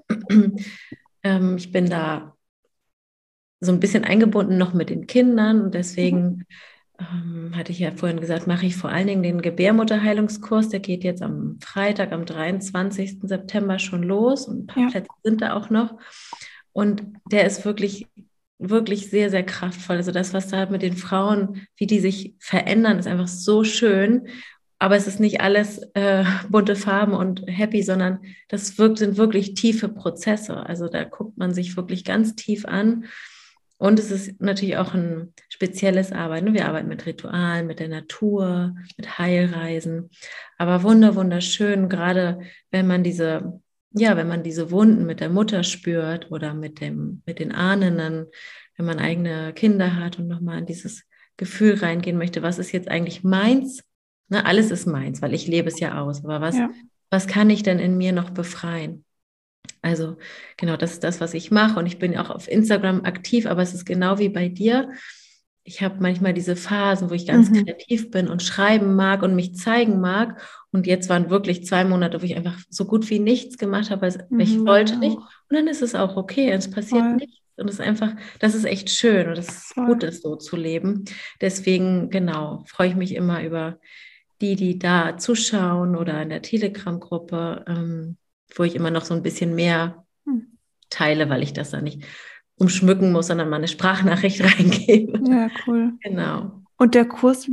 Ich bin da so ein bisschen eingebunden noch mit den Kindern und Mhm. deswegen hatte ich ja vorhin gesagt, mache ich vor allen Dingen den Gebärmutterheilungskurs. Der geht jetzt am Freitag, am 23. September schon los und ein paar Ja, Plätze sind da auch noch. Und der ist wirklich, wirklich sehr, sehr kraftvoll. Also das, was da mit den Frauen, wie die sich verändern, ist einfach so schön. Aber es ist nicht alles bunte Farben und happy, sondern sind wirklich tiefe Prozesse. Also da guckt man sich wirklich ganz tief an. Und es ist natürlich auch ein spezielles Arbeiten. Wir arbeiten mit Ritualen, mit der Natur, mit Heilreisen. Aber wunderschön, gerade wenn man wenn man diese Wunden mit der Mutter spürt oder mit den Ahnen, wenn man eigene Kinder hat und nochmal in dieses Gefühl reingehen möchte, was ist jetzt eigentlich meins? Ne, alles ist meins, weil ich lebe es ja aus. Aber ja. was kann ich denn in mir noch befreien? Also genau, das ist das, was ich mache. Und ich bin auch auf Instagram aktiv, aber es ist genau wie bei dir. Ich habe manchmal diese Phasen, wo ich ganz Mhm. kreativ bin und schreiben mag und mich zeigen mag. Und jetzt waren wirklich 2 Monate, wo ich einfach so gut wie nichts gemacht habe, weil ich Mhm, bei wollte mir nicht. auch. Und dann ist es auch okay, es passiert Voll, nichts. Und es ist einfach, das ist echt schön und es ist gut, voll. das so zu leben. Deswegen, genau, freue ich mich immer über die da zuschauen oder in der Telegram-Gruppe, wo ich immer noch so ein bisschen mehr Hm. teile, weil ich das da nicht umschmücken muss, sondern mal eine Sprachnachricht reingebe. Ja, cool. Genau. Und der Kurs,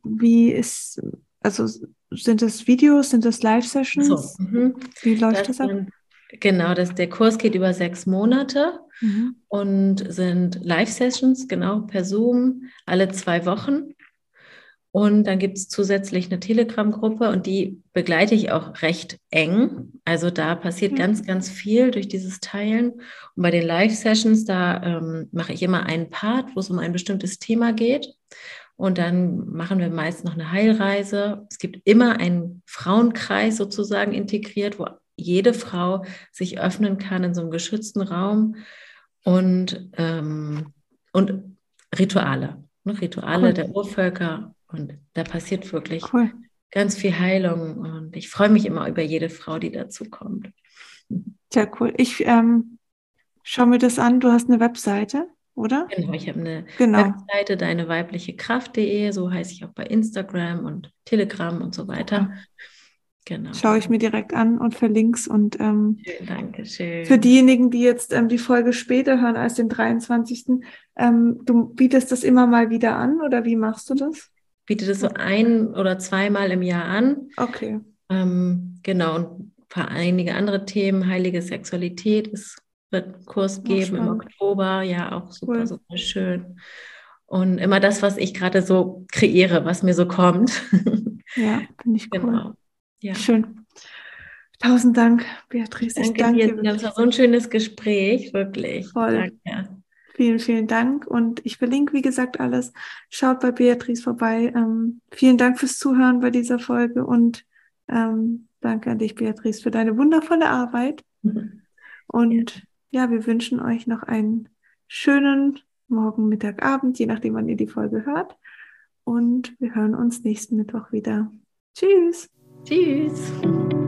also sind das Videos, sind das So, Live-Sessions? mhm. Wie läuft Das das ab? sind, genau, der Kurs geht über 6 Monate Mhm. und sind Live-Sessions, genau, per Zoom, alle 2 Wochen. Und dann gibt es zusätzlich eine Telegram-Gruppe und die begleite ich auch recht eng. Also da passiert Ja. ganz viel durch dieses Teilen. Und bei den Live-Sessions, da mache ich immer einen Part, wo es um ein bestimmtes Thema geht. Und dann machen wir meist noch eine Heilreise. Es gibt immer einen Frauenkreis sozusagen integriert, wo jede Frau sich öffnen kann in so einem geschützten Raum und Rituale. Ne? Rituale Cool, der Urvölker. Und da passiert wirklich cool. ganz viel Heilung. Und ich freue mich immer über jede Frau, die dazu kommt. Sehr cool. Ich schaue mir das an. Du hast eine Webseite, oder? Genau, ich habe eine Genau. Webseite, deineweiblichekraft.de, so heiße ich auch bei Instagram und Telegram und so weiter. Super. Genau, Schaue das ich mir direkt an und verlinke es. Und schön, danke für schön. diejenigen, die jetzt die Folge später hören als den 23., du bietest das immer mal wieder an, oder wie machst du das? Biete das so 1 oder 2 Mal im Jahr an. Okay. Genau, und für einige andere Themen, heilige Sexualität, wird einen Kurs Auch geben im spannend. Oktober, ja, auch super, Cool. super schön. Und immer das, was ich gerade so kreiere, was mir so kommt. Ja, finde ich cool. Genau, ja. Schön. Tausend Dank, Ich Beatrice. Ich danke dir, danke dir das war wirklich so ein schönes Gespräch, wirklich. voll. Danke. Vielen, vielen Dank. Und ich verlinke, wie gesagt, alles. Schaut bei Beatrice vorbei. Vielen Dank fürs Zuhören bei dieser Folge, und danke an dich, Beatrice, für deine wundervolle Arbeit. Ja, Und ja, wir wünschen euch noch einen schönen Morgen, Mittag, Abend, je nachdem, wann ihr die Folge hört. Und wir hören uns nächsten Mittwoch wieder. Tschüss. Tschüss.